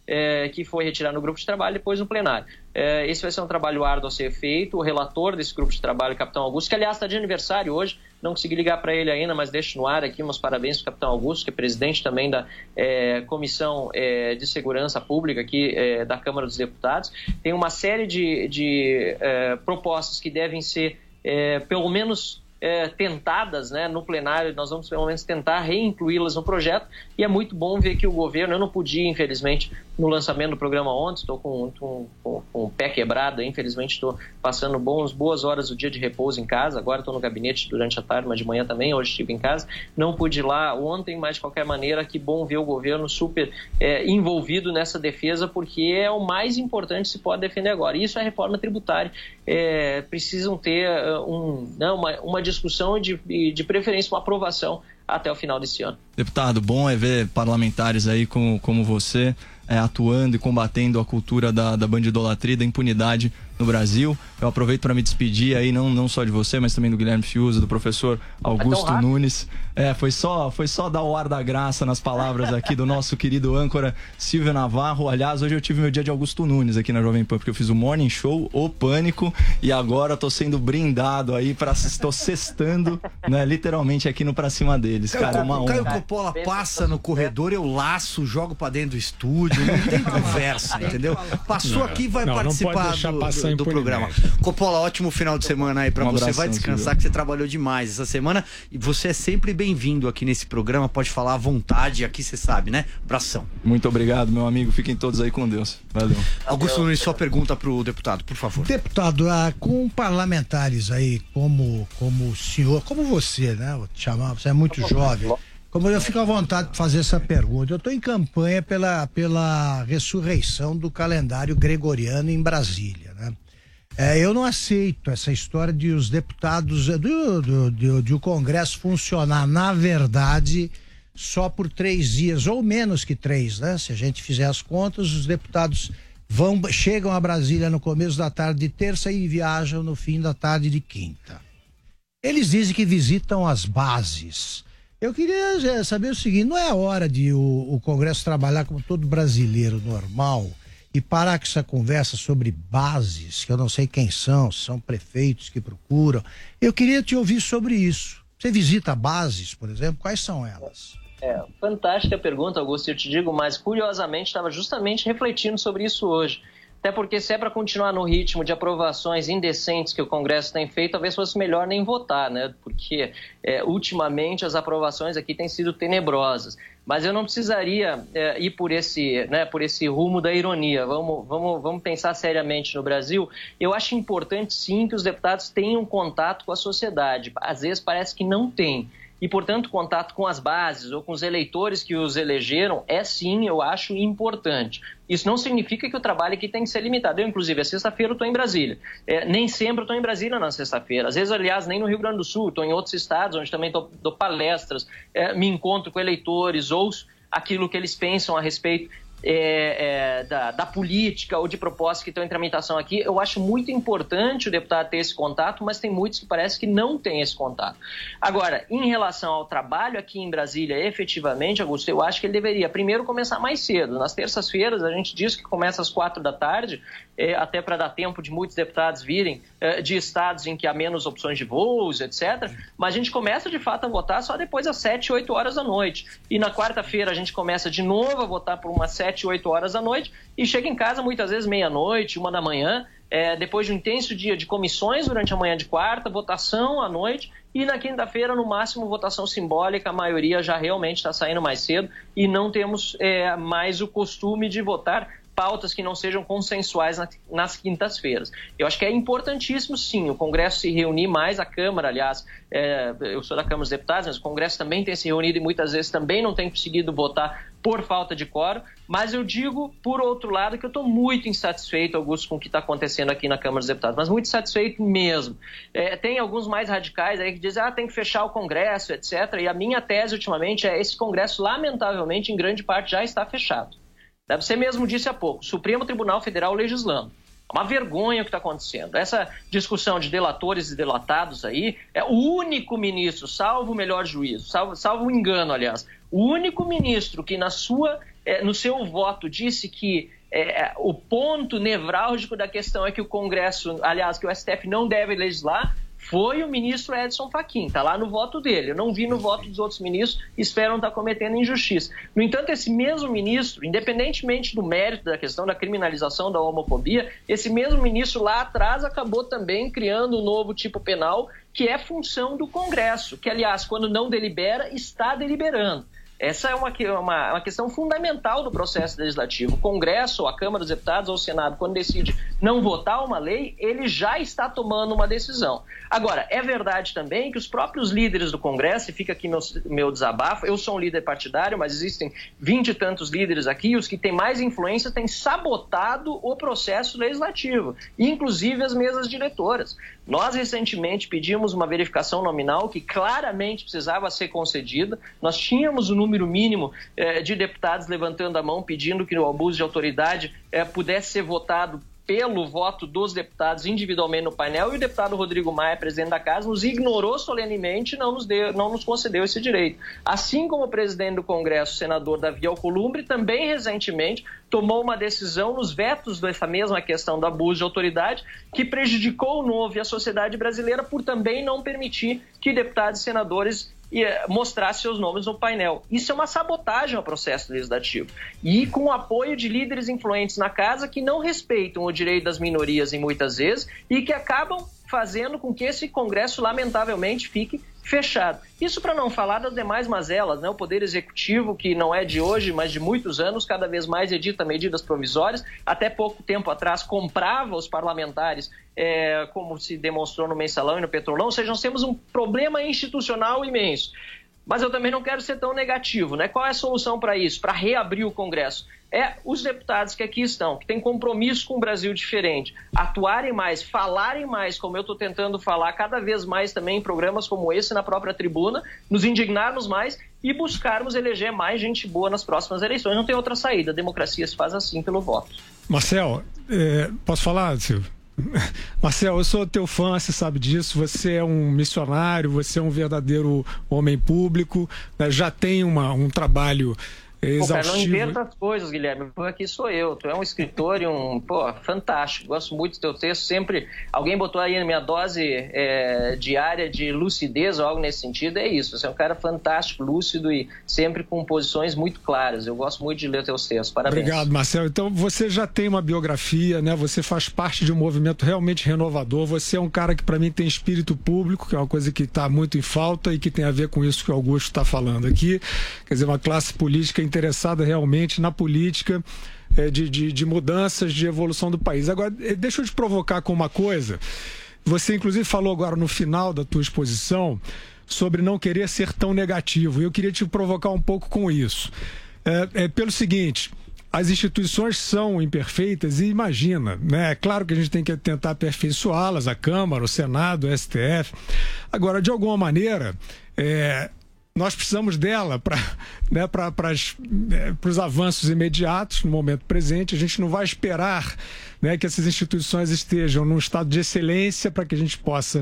é, que foi retirado no grupo de trabalho e depois no plenário. É, esse vai ser um trabalho árduo a ser feito. O relator desse grupo de trabalho, o capitão Augusto, que aliás está de aniversário hoje, não consegui ligar para ele ainda, mas deixo no ar aqui meus parabéns para o capitão Augusto, que é presidente também da é, Comissão é, de Segurança Pública aqui é, da Câmara dos Deputados. Tem uma série de, de é, propostas que devem ser, é, pelo menos, É, tentadas, né, no plenário. Nós vamos pelo menos tentar reincluí-las no projeto, e é muito bom ver que o governo, eu não podia infelizmente no lançamento do programa ontem, estou com, com, com, com o pé quebrado, infelizmente estou passando bons, boas horas do dia de repouso em casa, agora estou no gabinete durante a tarde, mas de manhã também, hoje estive em casa, não pude ir lá ontem, mas de qualquer maneira que bom ver o governo super é, envolvido nessa defesa, porque é o mais importante que se pode defender agora. Isso é a reforma tributária, é, precisam ter um, não, uma, uma discussão e de, de preferência uma aprovação até o final desse ano. Deputado, bom é ver parlamentares aí como, como você é, atuando e combatendo a cultura da, da bandidolatria e da impunidade no Brasil. Eu aproveito para me despedir aí, não, não só de você, mas também do Guilherme Fiuza, do professor Augusto é Nunes. É, foi só, foi só dar o ar da graça nas palavras aqui do nosso querido âncora Silvio Navarro. Aliás, hoje eu tive meu dia de Augusto Nunes aqui na Jovem Pan, porque eu fiz o Morning Show, o Pânico, e agora tô sendo brindado aí, pra, estou sextando, né, literalmente aqui no Pra Cima deles. Caio, cara, é uma o Caio honra. Coppola passa no corredor, eu laço, jogo pra dentro do estúdio, não tem conversa, entendeu? Passou aqui, vai não, participar não do, do, do programa. Coppola, ótimo final de semana aí pra Um você. abração, Vai descansar, Silvio. que você trabalhou demais essa semana. E você é sempre bem-vindo aqui nesse programa. Pode falar à vontade, aqui você sabe, né? Abração. Muito obrigado, meu amigo. Fiquem todos aí com Deus. Valeu. Augusto Nunes, sua pergunta pro deputado, por favor. Deputado, ah, com parlamentares aí como, como o senhor, como você, né? Vou te chamar, você é muito jovem. Como eu fico à vontade de fazer essa pergunta. Eu estou em campanha pela, pela ressurreição do calendário gregoriano em Brasília, né? É, eu não aceito essa história de os deputados, do, do, do, de o Congresso funcionar, na verdade, só por três dias, ou menos que três, né? Se a gente fizer as contas, os deputados vão, chegam a Brasília no começo da tarde de terça e viajam no fim da tarde de quinta. Eles dizem que visitam as bases. Eu queria saber o seguinte, não é hora de o, o Congresso trabalhar como todo brasileiro normal e parar com essa conversa sobre bases, que eu não sei quem são, são prefeitos que procuram. Eu queria te ouvir sobre isso. Você visita bases, por exemplo? Quais são elas? É, fantástica pergunta, Augusto, eu te digo, mas curiosamente estava justamente refletindo sobre isso hoje. Até porque se é para continuar no ritmo de aprovações indecentes que o Congresso tem feito, talvez fosse melhor nem votar, né? Porque é, ultimamente as aprovações aqui têm sido tenebrosas. Mas eu não precisaria é, ir por esse, né, por esse rumo da ironia. Vamos, vamos, vamos pensar seriamente no Brasil. Eu acho importante, sim, que os deputados tenham contato com a sociedade. Às vezes parece que não tem. E, portanto, contato com as bases ou com os eleitores que os elegeram é, sim, eu acho importante. Isso não significa que o trabalho aqui tem que ser limitado. Eu, inclusive, a sexta-feira estou em Brasília. É, nem sempre estou em Brasília na sexta-feira. Às vezes, aliás, nem no Rio Grande do Sul. Estou em outros estados, onde também dou, dou palestras, é, me encontro com eleitores, ouço aquilo que eles pensam a respeito É, é, da, da política ou de propostas que estão em tramitação aqui. Eu acho muito importante o deputado ter esse contato, mas tem muitos que parece que não têm esse contato. Agora, em relação ao trabalho aqui em Brasília, efetivamente, Augusto, eu acho que ele deveria primeiro começar mais cedo. Nas terças-feiras, a gente diz que começa às quatro da tarde, é, até para dar tempo de muitos deputados virem é, de estados em que há menos opções de voos, etcétera. Mas a gente começa, de fato, a votar só depois das sete, oito horas da noite. E na quarta-feira a gente começa de novo a votar por umas sete, oito horas da noite e chega em casa muitas vezes meia-noite, uma da manhã, é, depois de um intenso dia de comissões durante a manhã de quarta, votação à noite e na quinta-feira, no máximo, votação simbólica. A maioria já realmente está saindo mais cedo e não temos é, mais o costume de votar pautas que não sejam consensuais nas quintas-feiras. Eu acho que é importantíssimo, sim, o Congresso se reunir mais, a Câmara, aliás, é, eu sou da Câmara dos Deputados, mas o Congresso também tem se reunido e muitas vezes também não tem conseguido votar por falta de quórum, mas eu digo, por outro lado, que eu estou muito insatisfeito, Augusto, com o que está acontecendo aqui na Câmara dos Deputados, mas muito insatisfeito mesmo. É, tem alguns mais radicais aí que dizem, ah, tem que fechar o Congresso, etcétera. E a minha tese, ultimamente, é esse Congresso, lamentavelmente, em grande parte, já está fechado. Você mesmo disse há pouco, Supremo Tribunal Federal legislando. É uma vergonha o que está acontecendo. Essa discussão de delatores e delatados aí, é o único ministro, salvo o melhor juízo, salvo, salvo o engano, aliás, o único ministro que na sua é, no seu voto, disse que é, o ponto nevrálgico da questão é que o Congresso, aliás, que o S T F não deve legislar, foi o ministro Edson Fachin, está lá no voto dele. Eu não vi no voto dos outros ministros, espero não estar cometendo injustiça. No entanto, esse mesmo ministro, independentemente do mérito da questão da criminalização da homofobia, esse mesmo ministro lá atrás acabou também criando um novo tipo penal, que é função do Congresso, que, aliás, quando não delibera, está deliberando. Essa é uma, uma, uma questão fundamental do processo legislativo. O Congresso, ou a Câmara dos Deputados, ou o Senado, quando decide não votar uma lei, ele já está tomando uma decisão. Agora, é verdade também que os próprios líderes do Congresso, e fica aqui meu, meu desabafo, eu sou um líder partidário, mas existem vinte e tantos líderes aqui, os que têm mais influência têm sabotado o processo legislativo, inclusive as mesas diretoras. Nós, recentemente, pedimos uma verificação nominal que claramente precisava ser concedida. Nós tínhamos o número mínimo eh, de deputados levantando a mão, pedindo que o abuso de autoridade eh, pudesse ser votado pelo voto dos deputados individualmente no painel, e o deputado Rodrigo Maia, presidente da Casa, nos ignorou solenemente e não nos, deu, não nos concedeu esse direito. Assim como o presidente do Congresso, o senador Davi Alcolumbre, também recentemente tomou uma decisão nos vetos dessa mesma questão do abuso de autoridade, que prejudicou o novo e a sociedade brasileira por também não permitir que deputados e senadores e mostrar seus nomes no painel. Isso é uma sabotagem ao processo legislativo. E com o apoio de líderes influentes na casa que não respeitam o direito das minorias em muitas vezes e que acabam fazendo com que esse Congresso, lamentavelmente, fique fechado. Isso para não falar das demais mazelas, né? O Poder Executivo, que não é de hoje, mas de muitos anos, cada vez mais edita medidas provisórias. Até pouco tempo atrás comprava os parlamentares, é, como se demonstrou no Mensalão e no Petrolão. Ou seja, nós temos um problema institucional imenso. Mas eu também não quero ser tão negativo, né? Qual é a solução para isso? Para reabrir o Congresso? É os deputados que aqui estão, que têm compromisso com um Brasil diferente, atuarem mais, falarem mais, como eu estou tentando falar cada vez mais também em programas como esse na própria tribuna, nos indignarmos mais e buscarmos eleger mais gente boa nas próximas eleições. Não tem outra saída, a democracia se faz assim pelo voto. Marcel, é, posso falar, Silvio? Marcel, eu sou teu fã, você sabe disso, você é um missionário, você é um verdadeiro homem público, né? Já tem uma, um trabalho exaustivo. Pô, cara, não inventa as coisas, Guilherme, porque aqui sou eu, tu é um escritor e um, pô, fantástico, gosto muito do teu texto, sempre, alguém botou aí na minha dose é, diária de lucidez ou algo nesse sentido, é isso, você é um cara fantástico, lúcido e sempre com posições muito claras, eu gosto muito de ler teus textos, parabéns. Obrigado, Marcel, então você já tem uma biografia, né, você faz parte de um movimento realmente renovador, você é um cara que para mim tem espírito público, que é uma coisa que está muito em falta e que tem a ver com isso que o Augusto está falando aqui, quer dizer, uma classe política interessada realmente na política é, de, de, de mudanças, de evolução do país. Agora, deixa eu te provocar com uma coisa. Você, inclusive, falou agora no final da tua exposição sobre não querer ser tão negativo. E eu queria te provocar um pouco com isso. É, é pelo seguinte, as instituições são imperfeitas e imagina, né? É claro que a gente tem que tentar aperfeiçoá-las, a Câmara, o Senado, o S T F. Agora, de alguma maneira, é, nós precisamos dela para né, para os avanços imediatos no momento presente. A gente não vai esperar, né, que essas instituições estejam num estado de excelência para que a gente possa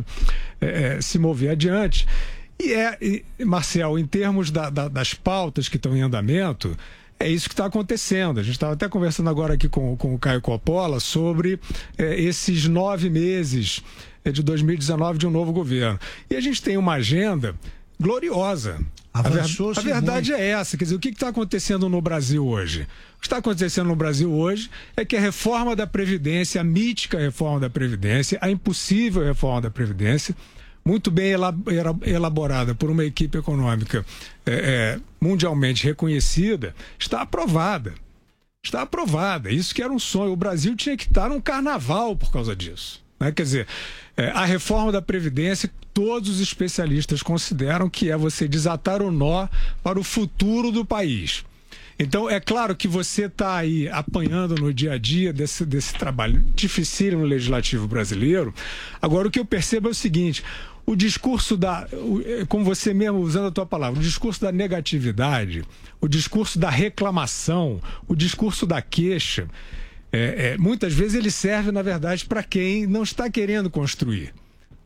é, se mover adiante. E, é, e, Marcel, em termos da, da, das pautas que estão em andamento, é isso que está acontecendo. A gente estava até conversando agora aqui com, com o Caio Coppola sobre é, esses nove meses é, de dois mil e dezenove de um novo governo. E a gente tem uma agenda gloriosa. Avançou, a, ver, a verdade muito. É essa, quer dizer, o que está acontecendo no Brasil hoje? O que está acontecendo no Brasil hoje é que a reforma da Previdência, a mítica reforma da Previdência, a impossível reforma da Previdência, muito bem elaborada por uma equipe econômica é, é, mundialmente reconhecida, está aprovada. Está aprovada. Isso que era um sonho. O Brasil tinha que estar num carnaval por causa disso. Né? Quer dizer, é, a reforma da Previdência, todos os especialistas consideram que é você desatar o nó para o futuro do país. Então, é claro que você está aí apanhando no dia a dia desse, desse trabalho dificílimo no legislativo brasileiro. Agora, o que eu percebo é o seguinte, o discurso da, como você mesmo usando a tua palavra, o discurso da negatividade, o discurso da reclamação, o discurso da queixa, é, é, muitas vezes ele serve, na verdade, para quem não está querendo construir.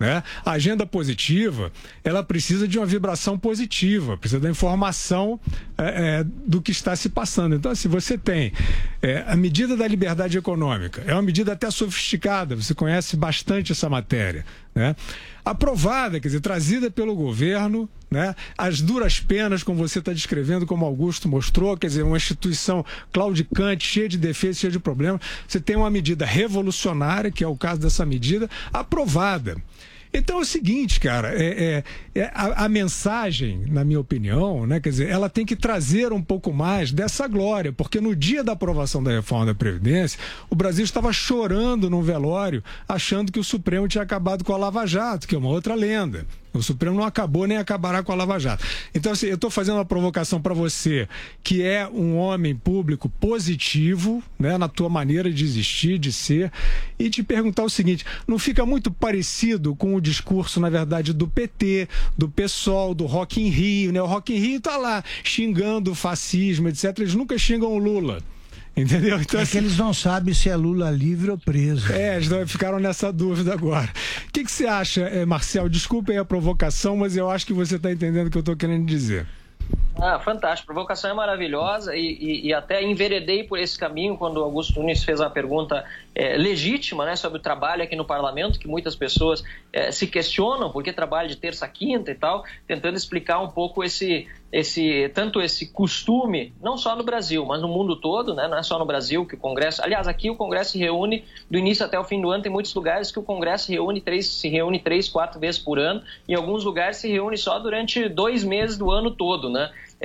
né? A agenda positiva, ela precisa de uma vibração positiva, precisa da informação é, é, do que está se passando. Então, assim, você tem é, a medida da liberdade econômica, é uma medida até sofisticada, você conhece bastante essa matéria, né? Aprovada, quer dizer, trazida pelo governo, né? As duras penas, como você está descrevendo, como Augusto mostrou, quer dizer, uma instituição claudicante, cheia de defeitos, cheia de problemas. Você tem uma medida revolucionária, que é o caso dessa medida, aprovada. Então é o seguinte, cara, é, é, é a, a mensagem, na minha opinião, né, quer dizer, ela tem que trazer um pouco mais dessa glória, porque no dia da aprovação da reforma da Previdência, o Brasil estava chorando num velório, achando que o Supremo tinha acabado com a Lava Jato, que é uma outra lenda. O Supremo não acabou nem acabará com a Lava Jato. Então, assim, eu estou fazendo uma provocação para você, que é um homem público positivo, né, na tua maneira de existir, de ser, e te perguntar o seguinte: não fica muito parecido com o discurso, na verdade, do P T, do PSOL, do Rock in Rio, né? O Rock in Rio está lá xingando o fascismo, etcétera. Eles nunca xingam o Lula. Entendeu? Então, é assim, que eles não sabem se é Lula livre ou preso. É, eles ficaram nessa dúvida agora. O que, que você acha, Marcel? Desculpa aí a provocação, mas eu acho que você está entendendo o que eu estou querendo dizer. Ah, fantástico. A provocação é maravilhosa e, e, e até enveredei por esse caminho quando o Augusto Nunes fez uma pergunta é, legítima, né, sobre o trabalho aqui no parlamento, que muitas pessoas é, se questionam por que trabalho de terça a quinta e tal, tentando explicar um pouco esse, esse, tanto esse costume, não só no Brasil, mas no mundo todo, né, não é só no Brasil que o Congresso... Aliás, aqui o Congresso se reúne do início até o fim do ano, tem muitos lugares que o Congresso se reúne três, se reúne três, quatro vezes por ano, em alguns lugares se reúne só durante dois meses do ano todo, né?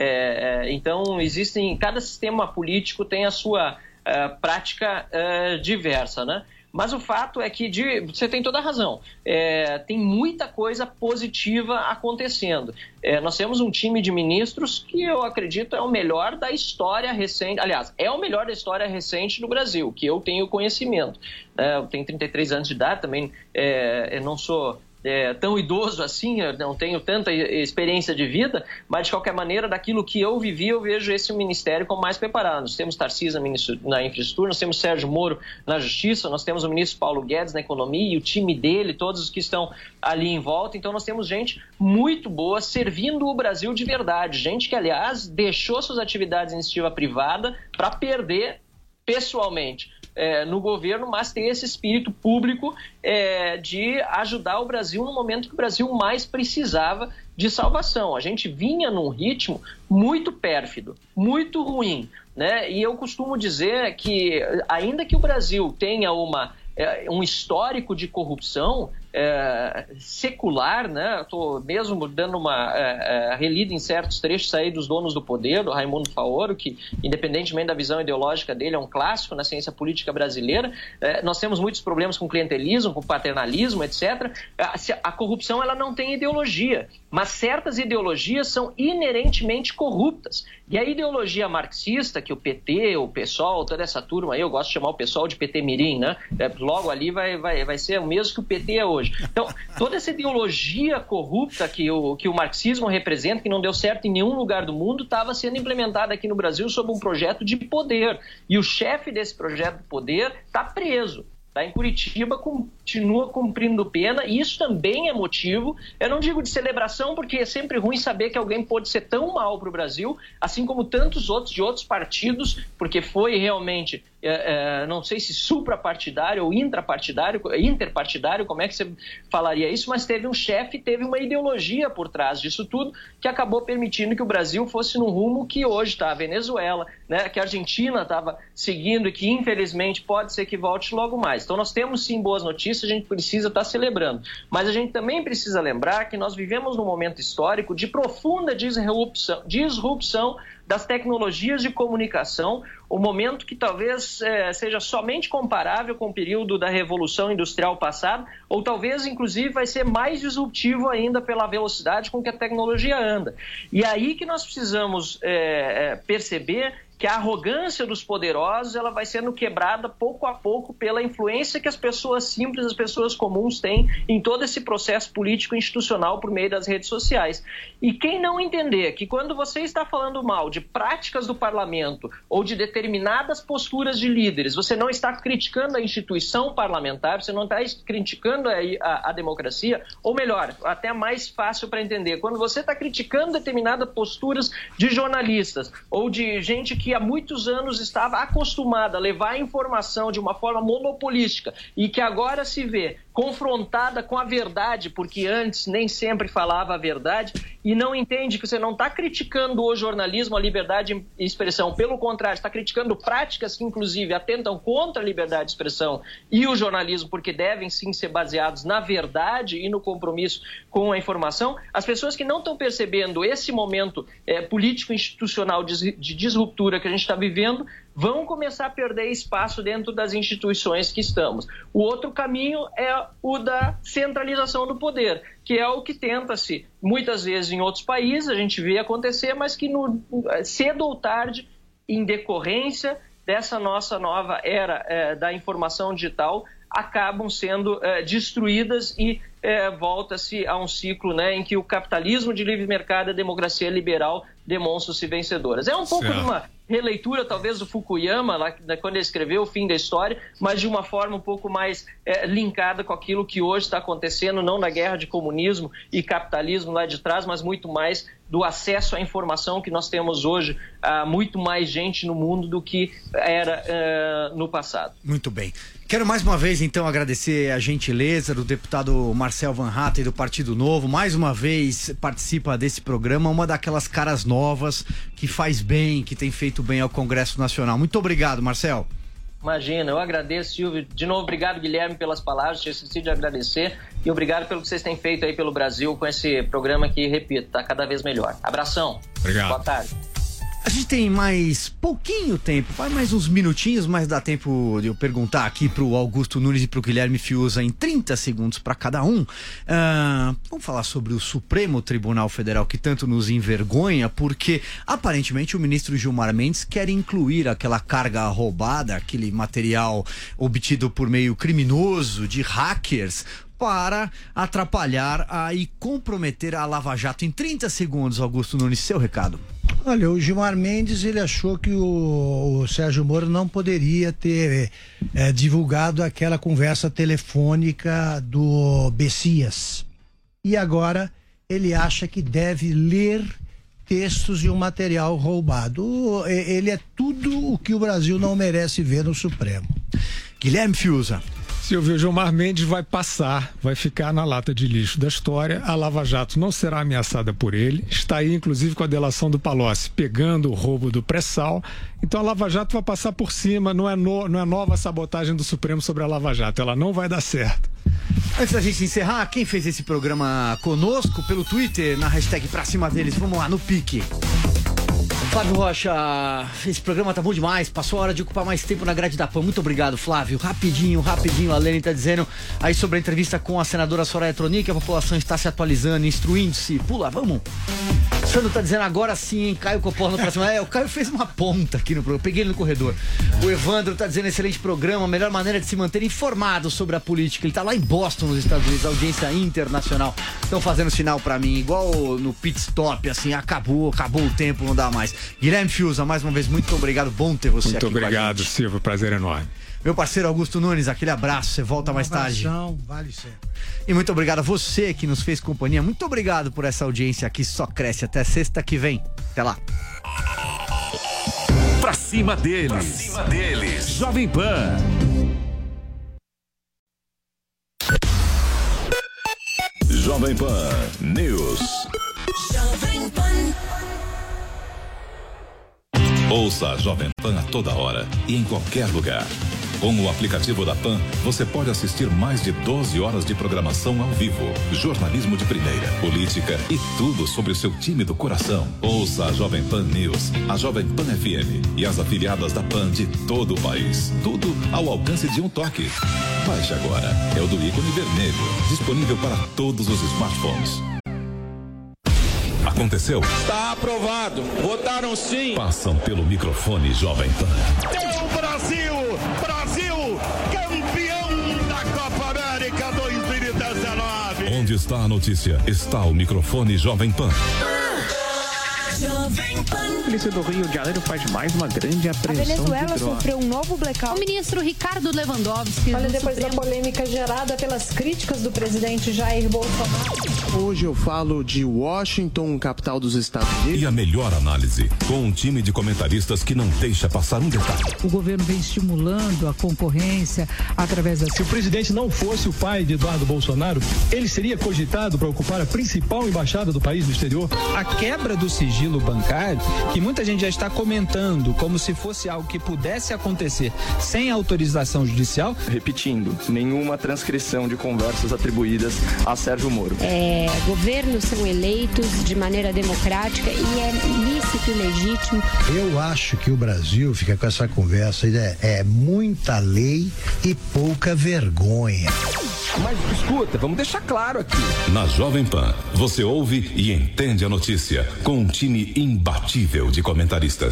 É, então, existem, cada sistema político tem a sua uh, prática uh, diversa, né? Mas o fato é que, de, você tem toda a razão, é, tem muita coisa positiva acontecendo. É, nós temos um time de ministros que eu acredito é o melhor da história recente, aliás, é o melhor da história recente do Brasil, que eu tenho conhecimento. É, eu tenho trinta e três anos de idade, também é, eu não sou... É, tão idoso assim, eu não tenho tanta experiência de vida, mas de qualquer maneira, daquilo que eu vivi, eu vejo esse ministério como mais preparado. Nós temos Tarcísio na infraestrutura, nós temos Sérgio Moro na justiça, nós temos o ministro Paulo Guedes na economia e o time dele, todos os que estão ali em volta. Então nós temos gente muito boa servindo o Brasil de verdade, gente que, aliás, deixou suas atividades em iniciativa privada para perder pessoalmente É, no governo, mas ter esse espírito público é, de ajudar o Brasil no momento que o Brasil mais precisava de salvação. A gente vinha num ritmo muito pérfido, muito ruim, né? E eu costumo dizer que, ainda que o Brasil tenha uma, é, um histórico de corrupção é, secular, né? Estou mesmo dando uma é, é, relida em certos trechos aí dos Donos do Poder, do Raimundo Faoro, que, independentemente da visão ideológica dele, é um clássico na ciência política brasileira. É, nós temos muitos problemas com clientelismo, com paternalismo, etcétera. A, a corrupção, ela não tem ideologia, mas certas ideologias são inerentemente corruptas. E a ideologia marxista, que o P T, o PSOL, toda essa turma aí, eu gosto de chamar o PSOL de P T Mirim, né? É, logo ali vai, vai, vai ser o mesmo que o P T é hoje. Então, toda essa ideologia corrupta que o, que o marxismo representa, que não deu certo em nenhum lugar do mundo, estava sendo implementada aqui no Brasil sob um projeto de poder. E o chefe desse projeto de poder está preso. Está em Curitiba, continua cumprindo pena, e isso também é motivo, eu não digo de celebração, porque é sempre ruim saber que alguém pode ser tão mal para o Brasil, assim como tantos outros de outros partidos, porque foi realmente, é, é, não sei se suprapartidário ou intrapartidário, interpartidário, como é que você falaria isso, mas teve um chefe, teve uma ideologia por trás disso tudo, que acabou permitindo que o Brasil fosse num rumo que hoje está a Venezuela, né, que a Argentina estava seguindo e que infelizmente pode ser que volte logo mais. Então nós temos sim boas notícias, a gente precisa estar celebrando. Mas a gente também precisa lembrar que nós vivemos num momento histórico de profunda disrupção, disrupção das tecnologias de comunicação, um momento que talvez é, seja somente comparável com o período da Revolução Industrial passada, ou talvez, inclusive, vai ser mais disruptivo ainda pela velocidade com que a tecnologia anda. E aí que nós precisamos é, perceber que a arrogância dos poderosos ela vai sendo quebrada pouco a pouco pela influência que as pessoas simples, as pessoas comuns têm em todo esse processo político e institucional por meio das redes sociais. E quem não entender que quando você está falando mal de práticas do parlamento ou de determinadas posturas de líderes, você não está criticando a instituição parlamentar, você não está criticando a, a, a democracia, ou melhor, até mais fácil para entender, quando você está criticando determinadas posturas de jornalistas ou de gente que que há muitos anos estava acostumada a levar a informação de uma forma monopolística e que agora se vê confrontada com a verdade, porque antes nem sempre falava a verdade, e não entende que você não está criticando o jornalismo, a liberdade de expressão, pelo contrário, está criticando práticas que inclusive atentam contra a liberdade de expressão e o jornalismo, porque devem sim ser baseados na verdade e no compromisso com a informação. As pessoas que não estão percebendo esse momento é, político-institucional de, de disruptura que a gente está vivendo, vão começar a perder espaço dentro das instituições que estamos. O outro caminho é o da centralização do poder, que é o que tenta-se, muitas vezes em outros países, a gente vê acontecer, mas que no, cedo ou tarde, em decorrência dessa nossa nova era é, da informação digital, acabam sendo é, destruídas e é, volta-se a um ciclo, né, em que o capitalismo de livre mercado e a democracia liberal demonstram-se vencedoras. É um pouco de uma releitura, talvez, do Fukuyama, lá, quando ele escreveu O Fim da História, mas de uma forma um pouco mais é, linkada com aquilo que hoje está acontecendo, não na guerra de comunismo e capitalismo lá de trás, mas muito mais do acesso à informação que nós temos hoje, a muito mais gente no mundo do que era é, no passado. Muito bem. Quero mais uma vez, então, agradecer a gentileza do deputado Marcel Van Hatten do Partido Novo. Mais uma vez participa desse programa, uma daquelas caras novas que faz bem, que tem feito bem ao Congresso Nacional. Muito obrigado, Marcel. Imagina, eu agradeço, Silvio. De novo, obrigado, Guilherme, pelas palavras. Tinha esquecido de agradecer. E obrigado pelo que vocês têm feito aí pelo Brasil com esse programa que, repito, está cada vez melhor. Abração. Obrigado. Boa tarde. A gente tem mais pouquinho tempo, vai mais uns minutinhos, mas dá tempo de eu perguntar aqui pro Augusto Nunes e pro Guilherme Fiuza em trinta segundos para cada um. Uh, vamos falar sobre o Supremo Tribunal Federal, que tanto nos envergonha, porque aparentemente o ministro Gilmar Mendes quer incluir aquela carga roubada, aquele material obtido por meio criminoso de hackers, para atrapalhar a, e comprometer a Lava Jato. Em trinta segundos, Augusto Nunes, seu recado. Olha, o Gilmar Mendes, ele achou que o, o Sérgio Moro não poderia ter é, divulgado aquela conversa telefônica do Bessias. E agora ele acha que deve ler textos de um material roubado. Ele é tudo o que o Brasil não merece ver no Supremo. Guilherme Fiuza. Silvio, Gilmar Mendes vai passar, vai ficar na lata de lixo da história. A Lava Jato não será ameaçada por ele. Está aí, inclusive, com a delação do Palocci, pegando o roubo do pré-sal. Então a Lava Jato vai passar por cima. Não é, no, não é nova sabotagem do Supremo sobre a Lava Jato. Ela não vai dar certo. Antes da gente encerrar, quem fez esse programa conosco pelo Twitter, na hashtag Pra Cima Deles, vamos lá, no pique. Flávio Rocha, esse programa tá bom demais, passou a hora de ocupar mais tempo na grade da P A N. Muito obrigado, Flávio. Rapidinho, rapidinho, a Lene tá dizendo aí sobre a entrevista com a senadora Soraya Tronic, a população está se atualizando, instruindo-se. Pula, vamos. O Sandro tá dizendo agora sim, hein, Caio Coppola no próximo. É, o Caio fez uma ponta aqui no programa, peguei ele no corredor. O Evandro tá dizendo excelente programa, a melhor maneira de se manter informado sobre a política. Ele tá lá em Boston, nos Estados Unidos, audiência internacional. Estão fazendo sinal pra mim, igual no pit stop, assim, acabou, acabou o tempo, não dá mais. Guilherme Fiuza, mais uma vez, muito obrigado, bom ter você muito aqui. Muito obrigado, Silvio, prazer enorme. Meu parceiro Augusto Nunes, aquele abraço, você volta um mais tarde. Vale sempre. E muito obrigado a você que nos fez companhia, muito obrigado por essa audiência que só cresce. Até sexta que vem, até lá. Pra cima deles, pra cima deles. Jovem Pan. Jovem Pan News. Jovem Pan. Ouça a Jovem Pan a toda hora e em qualquer lugar. Com o aplicativo da Pan, você pode assistir mais de doze horas de programação ao vivo, jornalismo de primeira, política e tudo sobre o seu time do coração. Ouça a Jovem Pan News, a Jovem Pan F M e as afiliadas da Pan de todo o país. Tudo ao alcance de um toque. Baixe agora. É o do ícone vermelho, disponível para todos os smartphones. Aconteceu? Está aprovado. Votaram sim. Passam pelo microfone Jovem Pan. É o Brasil! Brasil! Campeão da Copa América dois mil e dezenove! Onde está a notícia? Está o microfone Jovem Pan. A polícia do Rio de Janeiro faz mais uma grande apreensão. A Venezuela sofreu um novo blackout. O ministro Ricardo Lewandowski. Olha, depois Supremo... da polêmica gerada pelas críticas do presidente Jair Bolsonaro. Hoje eu falo de Washington, capital dos Estados Unidos. E a melhor análise, com um time de comentaristas que não deixa passar um detalhe. O governo vem estimulando a concorrência através da... Se o presidente não fosse o pai de Eduardo Bolsonaro, ele seria cogitado para ocupar a principal embaixada do país no exterior? A quebra do sigilo bancário, que muita gente já está comentando como se fosse algo que pudesse acontecer sem autorização judicial. Repetindo, nenhuma transcrição de conversas atribuídas a Sérgio Moro. É, governos são eleitos de maneira democrática e é lícito e legítimo. Eu acho que o Brasil fica com essa conversa, é, é muita lei e pouca vergonha. Mas escuta, vamos deixar claro aqui. Na Jovem Pan, você ouve e entende a notícia com um time imbatível de comentaristas.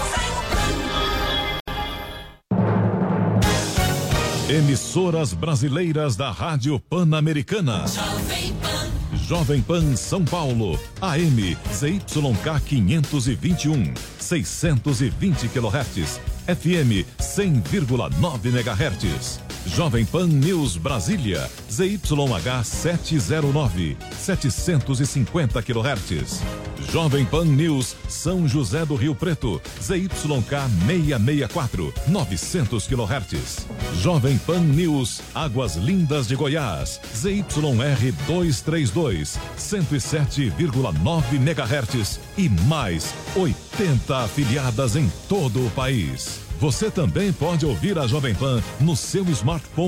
Emissoras brasileiras da Rádio Pan-Americana. Jovem Pan. Jovem Pan São Paulo, A M Z Y K quinhentos e vinte e um, seiscentos e vinte quilohertz, F M cem vírgula nove megahertz. Jovem Pan News Brasília, Z Y H setecentos e nove, setecentos e cinquenta quilohertz. Jovem Pan News São José do Rio Preto, Z Y K seiscentos e sessenta e quatro, novecentos quilohertz. Jovem Pan News Águas Lindas de Goiás, Z Y R duzentos e trinta e dois, cento e sete vírgula nove megahertz e mais oitenta afiliadas em todo o país. Você também pode ouvir a Jovem Pan no seu smartphone.